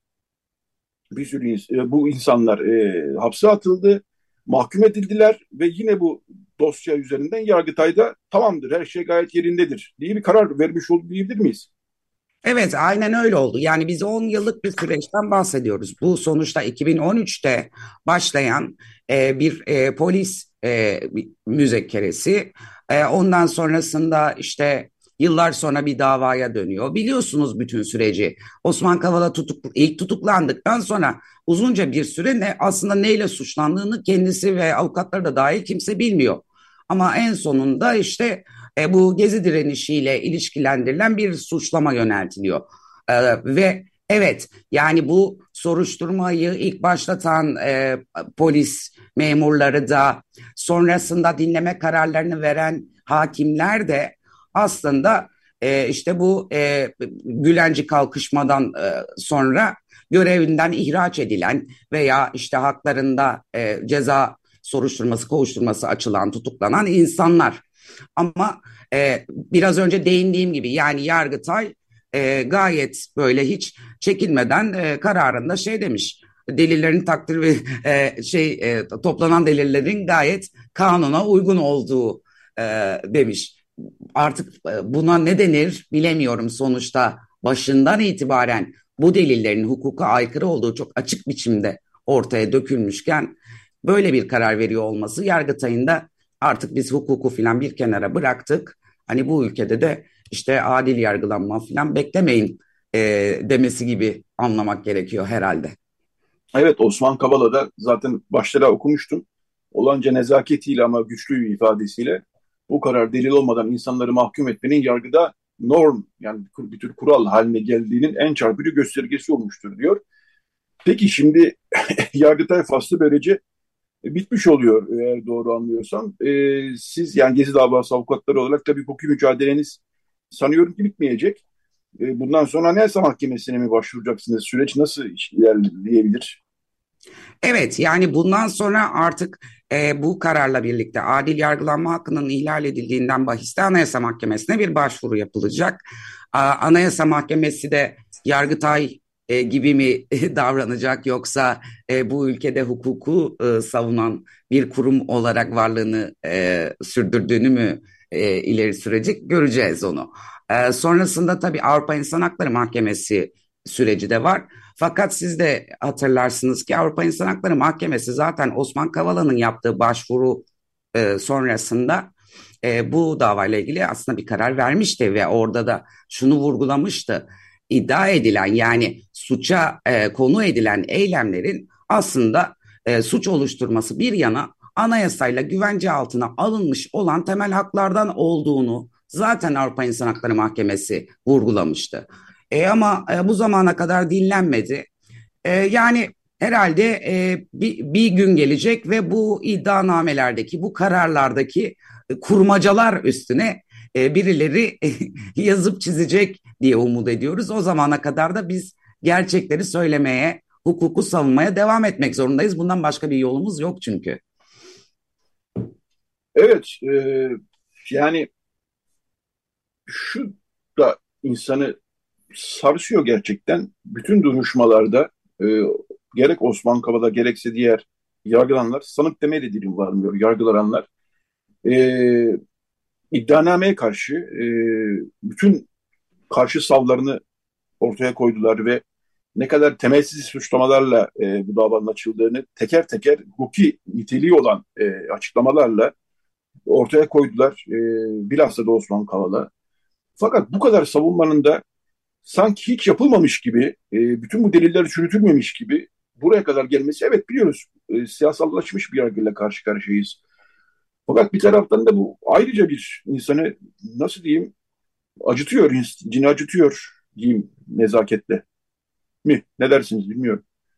Bir sürü ins- e, bu insanlar e, hapse atıldı, mahkum edildiler ve yine bu dosya üzerinden Yargıtay'da tamamdır, her şey gayet yerindedir diye bir karar vermiş oldu diyebilir miyiz? Evet, aynen öyle oldu. Yani biz on yıllık bir süreçten bahsediyoruz. Bu sonuçta iki bin on üçte başlayan e, bir e, polis e, bir müzekkeresi. E, ondan sonrasında işte yıllar sonra bir davaya dönüyor. Biliyorsunuz bütün süreci. Osman Kavala tutuk, ilk tutuklandıktan sonra uzunca bir süre ne aslında neyle suçlandığını kendisi ve avukatları da dahil kimse bilmiyor. Ama en sonunda işte e, bu gezi direnişiyle ilişkilendirilen bir suçlama yöneltiliyor. E, ve evet, yani bu soruşturmayı ilk başlatan e, polis memurları da sonrasında dinleme kararlarını veren hakimler de aslında e, işte bu e, Gülenci kalkışmadan e, sonra görevinden ihraç edilen veya işte haklarında e, ceza soruşturması, kovuşturması açılan, tutuklanan insanlar. Ama e, biraz önce değindiğim gibi yani Yargıtay e, gayet böyle hiç çekinmeden e, kararında şey demiş. Delillerin takdir ve e, şey e, toplanan delillerin gayet kanuna uygun olduğu e, demiş. Artık e, buna ne denir bilemiyorum, sonuçta başından itibaren bu delillerin hukuka aykırı olduğu çok açık biçimde ortaya dökülmüşken böyle bir karar veriyor olması Yargıtay'ın da artık biz hukuku filan bir kenara bıraktık. Hani bu ülkede de işte adil yargılanma filan beklemeyin e, demesi gibi anlamak gerekiyor herhalde. Evet, Osman Kavala'da zaten başta okumuştum. Olanca nezaketiyle ama güçlü bir ifadesiyle bu karar delil olmadan insanları mahkum etmenin yargıda norm, yani bir tür kural haline geldiğinin en çarpıcı göstergesi olmuştur diyor. Peki şimdi Yargıtay faslı böylece bitmiş oluyor eğer doğru anlıyorsam. Ee, siz yani Gezi davası avukatları olarak tabii hukuki mücadeleniz sanıyorum ki bitmeyecek. Ee, bundan sonra Anayasa Mahkemesi'ne mi başvuracaksınız? Süreç nasıl ilerleyebilir? Evet, yani bundan sonra artık e, bu kararla birlikte adil yargılanma hakkının ihlal edildiğinden bahiste Anayasa Mahkemesi'ne bir başvuru yapılacak. A, Anayasa Mahkemesi de Yargıtay e, gibi mi davranacak, yoksa e, bu ülkede hukuku e, savunan bir kurum olarak varlığını e, sürdürdüğünü mü e, ileri sürecek, göreceğiz onu. E, sonrasında tabii Avrupa İnsan Hakları Mahkemesi süreci de var. Fakat siz de hatırlarsınız ki Avrupa İnsan Hakları Mahkemesi zaten Osman Kavala'nın yaptığı başvuru e, sonrasında e, bu davayla ilgili aslında bir karar vermişti ve orada da şunu vurgulamıştı. İddia edilen, yani suça e, konu edilen eylemlerin aslında e, suç oluşturması bir yana anayasayla güvence altına alınmış olan temel haklardan olduğunu zaten Avrupa İnsan Hakları Mahkemesi vurgulamıştı. E, ama e, bu zamana kadar dinlenmedi. E, yani herhalde e, bir, bir gün gelecek ve bu iddianamelerdeki, bu kararlardaki e, kurmacalar üstüne e, birileri yazıp çizecek diye umut ediyoruz. O zamana kadar da biz gerçekleri söylemeye, hukuku savunmaya devam etmek zorundayız. Bundan başka bir yolumuz yok çünkü. Evet, e, yani şu da insanı sarsıyor gerçekten. Bütün duruşmalarda e, gerek Osman Kavala gerekse diğer yargılananlar, sanık demeye de dilim varmıyor, yargılananlar e, iddianameye karşı e, bütün karşı savlarını ortaya koydular ve ne kadar temelsiz suçlamalarla e, bu davanın açıldığını teker teker hukuki niteliği olan e, açıklamalarla ortaya koydular. E, bilhassa da Osman Kavala. Fakat bu kadar savunmanın da sanki hiç yapılmamış gibi, e, bütün bu deliller çürütülmemiş gibi buraya kadar gelmesi, evet biliyoruz e, siyasallaşmış bir yargıyla karşı karşıyayız. Fakat bir taraftan da bu ayrıca bir insanı nasıl diyeyim acıtıyor, cini acıtıyor diyeyim nezaketle mi? Ne dersiniz bilmiyorum.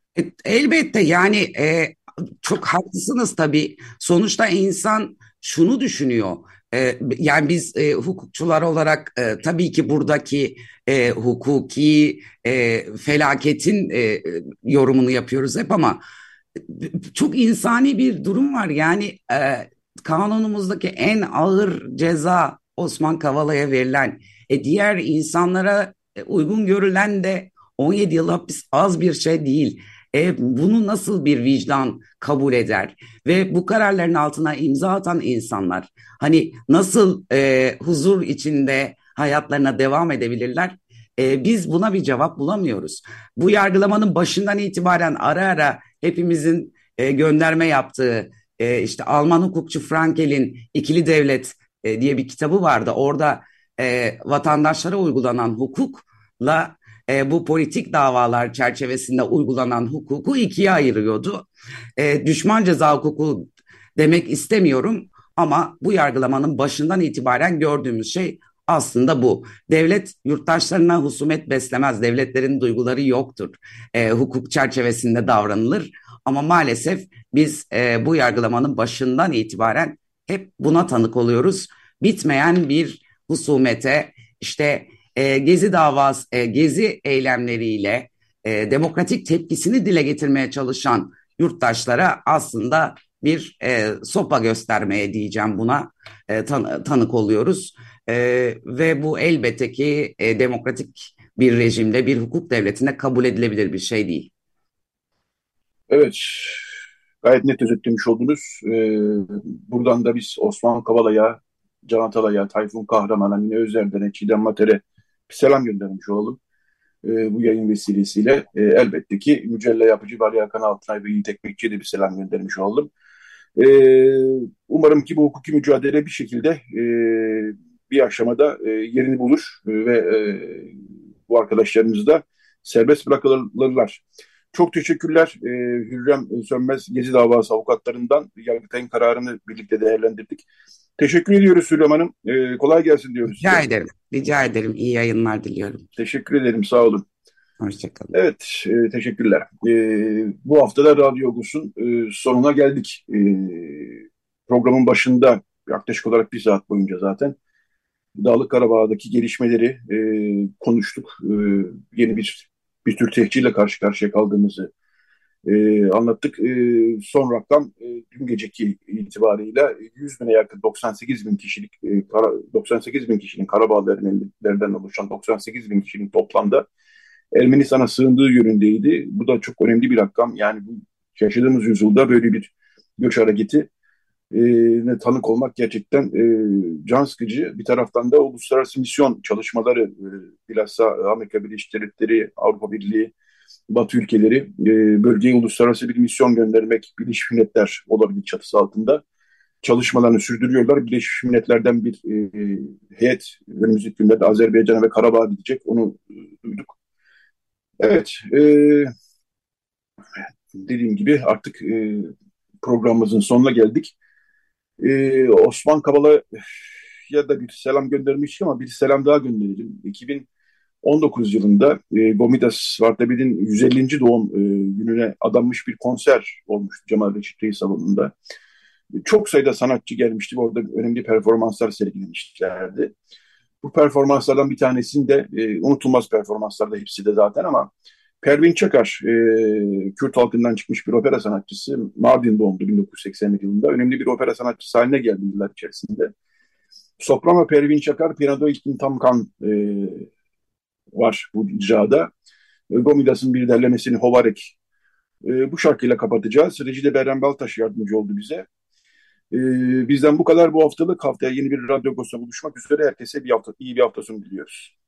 E, Elbette yani e, çok haklısınız tabii. Sonuçta insan şunu düşünüyor. E, yani biz e, hukukçular olarak e, tabii ki buradaki e, hukuki e, felaketin e, yorumunu yapıyoruz hep ama çok insani bir durum var. Yani e, kanunumuzdaki en ağır ceza Osman Kavala'ya verilen, e, diğer insanlara e, uygun görülen de on yedi yıl hapis az bir şey değil. E, bunu nasıl bir vicdan kabul eder? Ve bu kararların altına imza atan insanlar hani nasıl e, huzur içinde hayatlarına devam edebilirler? E, biz buna bir cevap bulamıyoruz. Bu yargılamanın başından itibaren ara ara hepimizin e, gönderme yaptığı e, işte Alman hukukçu Frankel'in İkili Devlet e, diye bir kitabı vardı. Orada e, vatandaşlara uygulanan hukukla e, bu politik davalar çerçevesinde uygulanan hukuku ikiye ayırıyordu. E, düşman ceza hukuku demek istemiyorum ama bu yargılamanın başından itibaren gördüğümüz şey aslında bu. Devlet yurttaşlarına husumet beslemez. Devletlerin duyguları yoktur. E, hukuk çerçevesinde davranılır. Ama maalesef biz e, bu yargılamanın başından itibaren hep buna tanık oluyoruz. Bitmeyen bir husumete, işte e, Gezi davası, e, Gezi eylemleriyle e, demokratik tepkisini dile getirmeye çalışan yurttaşlara aslında bir e, sopa göstermeye diyeceğim buna e, tan- tanık oluyoruz. E, ve bu elbette ki e, demokratik bir rejimde, bir hukuk devletinde kabul edilebilir bir şey değil. Evet, gayet net özetlemiş oldunuz. Ee, buradan da biz Osman Kavala'ya, Can Atalay'a, Tayfun Kahraman'a, Mine Özerden'e, Çiğdem Mater'e bir selam göndermiş olalım. Ee, bu yayın vesilesiyle e, elbette ki Mücella Yapıcı, Bali Hakan Altınay ve Yiğit Ekmekçi'ye de bir selam göndermiş olalım. Ee, umarım ki bu hukuki mücadele bir şekilde e, bir aşamada e, yerini bulur ve e, bu arkadaşlarımız da serbest bırakılırlar. Çok teşekkürler. Ee, Hürrem Sönmez Gezi davası avukatlarından Yargıtay'ın kararını birlikte değerlendirdik. Teşekkür ediyoruz Hürrem Hanım. Ee, kolay gelsin diyoruz Rica size. ederim. Rica ederim. İyi yayınlar diliyorum. Teşekkür ederim. Sağ olun. Hoşçakalın. Evet, e, teşekkürler. E, bu hafta da Radyo Agos'un e, sonuna geldik. E, programın başında yaklaşık olarak bir saat boyunca zaten Dağlık Karabağ'daki gelişmeleri e, konuştuk. E, yeni bir bir tür tehcirle karşı karşıya kaldığımızı e, anlattık. E, son rakam e, dün geceki itibarıyla yüz bine yakın doksan sekiz bin kişilik e, kara, doksan sekiz bin kişinin Karabağlar'dan oluşan doksan sekiz bin kişinin toplamda Ermenistan'a sığındığı yönündeydi. Bu da çok önemli bir rakam. Yani bu yaşadığımız yüzyılda böyle bir göç hareketi e, ne tanık olmak gerçekten e, can sıkıcı. Bir taraftan da uluslararası misyon çalışmaları, e, bilhassa Amerika Birleşik Devletleri, Avrupa Birliği, Batı ülkeleri e, bölgeye uluslararası bir misyon göndermek, Birleşmiş Milletler olabilir çatısı altında çalışmalarını sürdürüyorlar. Birleşmiş Milletler'den bir e, heyet önümüzdeki günlerde Azerbaycan'a ve Karabağ'a gidecek. Onu e, duyduk. Evet, e, dediğim gibi artık e, programımızın sonuna geldik. E, Osman Kavala'ya da bir selam göndermiştim ama bir selam daha gönderelim. iki bin on dokuz yılında e, Gomidas Vartabed'in yüz ellinci doğum e, gününe adanmış bir konser olmuştu Cemal Reşit Reis Salonu'nda. Çok sayıda sanatçı gelmişti. Orada önemli performanslar sergilemişlerdi. Bu performanslardan bir tanesinde e, unutulmaz performanslarda hepsi de zaten ama Pervin Çakar, e, Kürt halkından çıkmış bir opera sanatçısı. Mardin doğumlu bin dokuz yüz seksen bir yılında. Önemli bir opera sanatçısı haline geldi yıllar içerisinde. Soprano Pervin Çakar, piyanoda İlkin Tamkan e, var bu icrada. E, Gomidas'ın bir derlemesini Hovarek e, bu şarkıyla kapatacağız. Recide Berren Baltaş yardımcı oldu bize. E, bizden bu kadar bu haftalık. Haftaya yeni bir Radyo Agos'ta buluşmak üzere. Herkese bir hafta, iyi bir hafta sonu diliyoruz.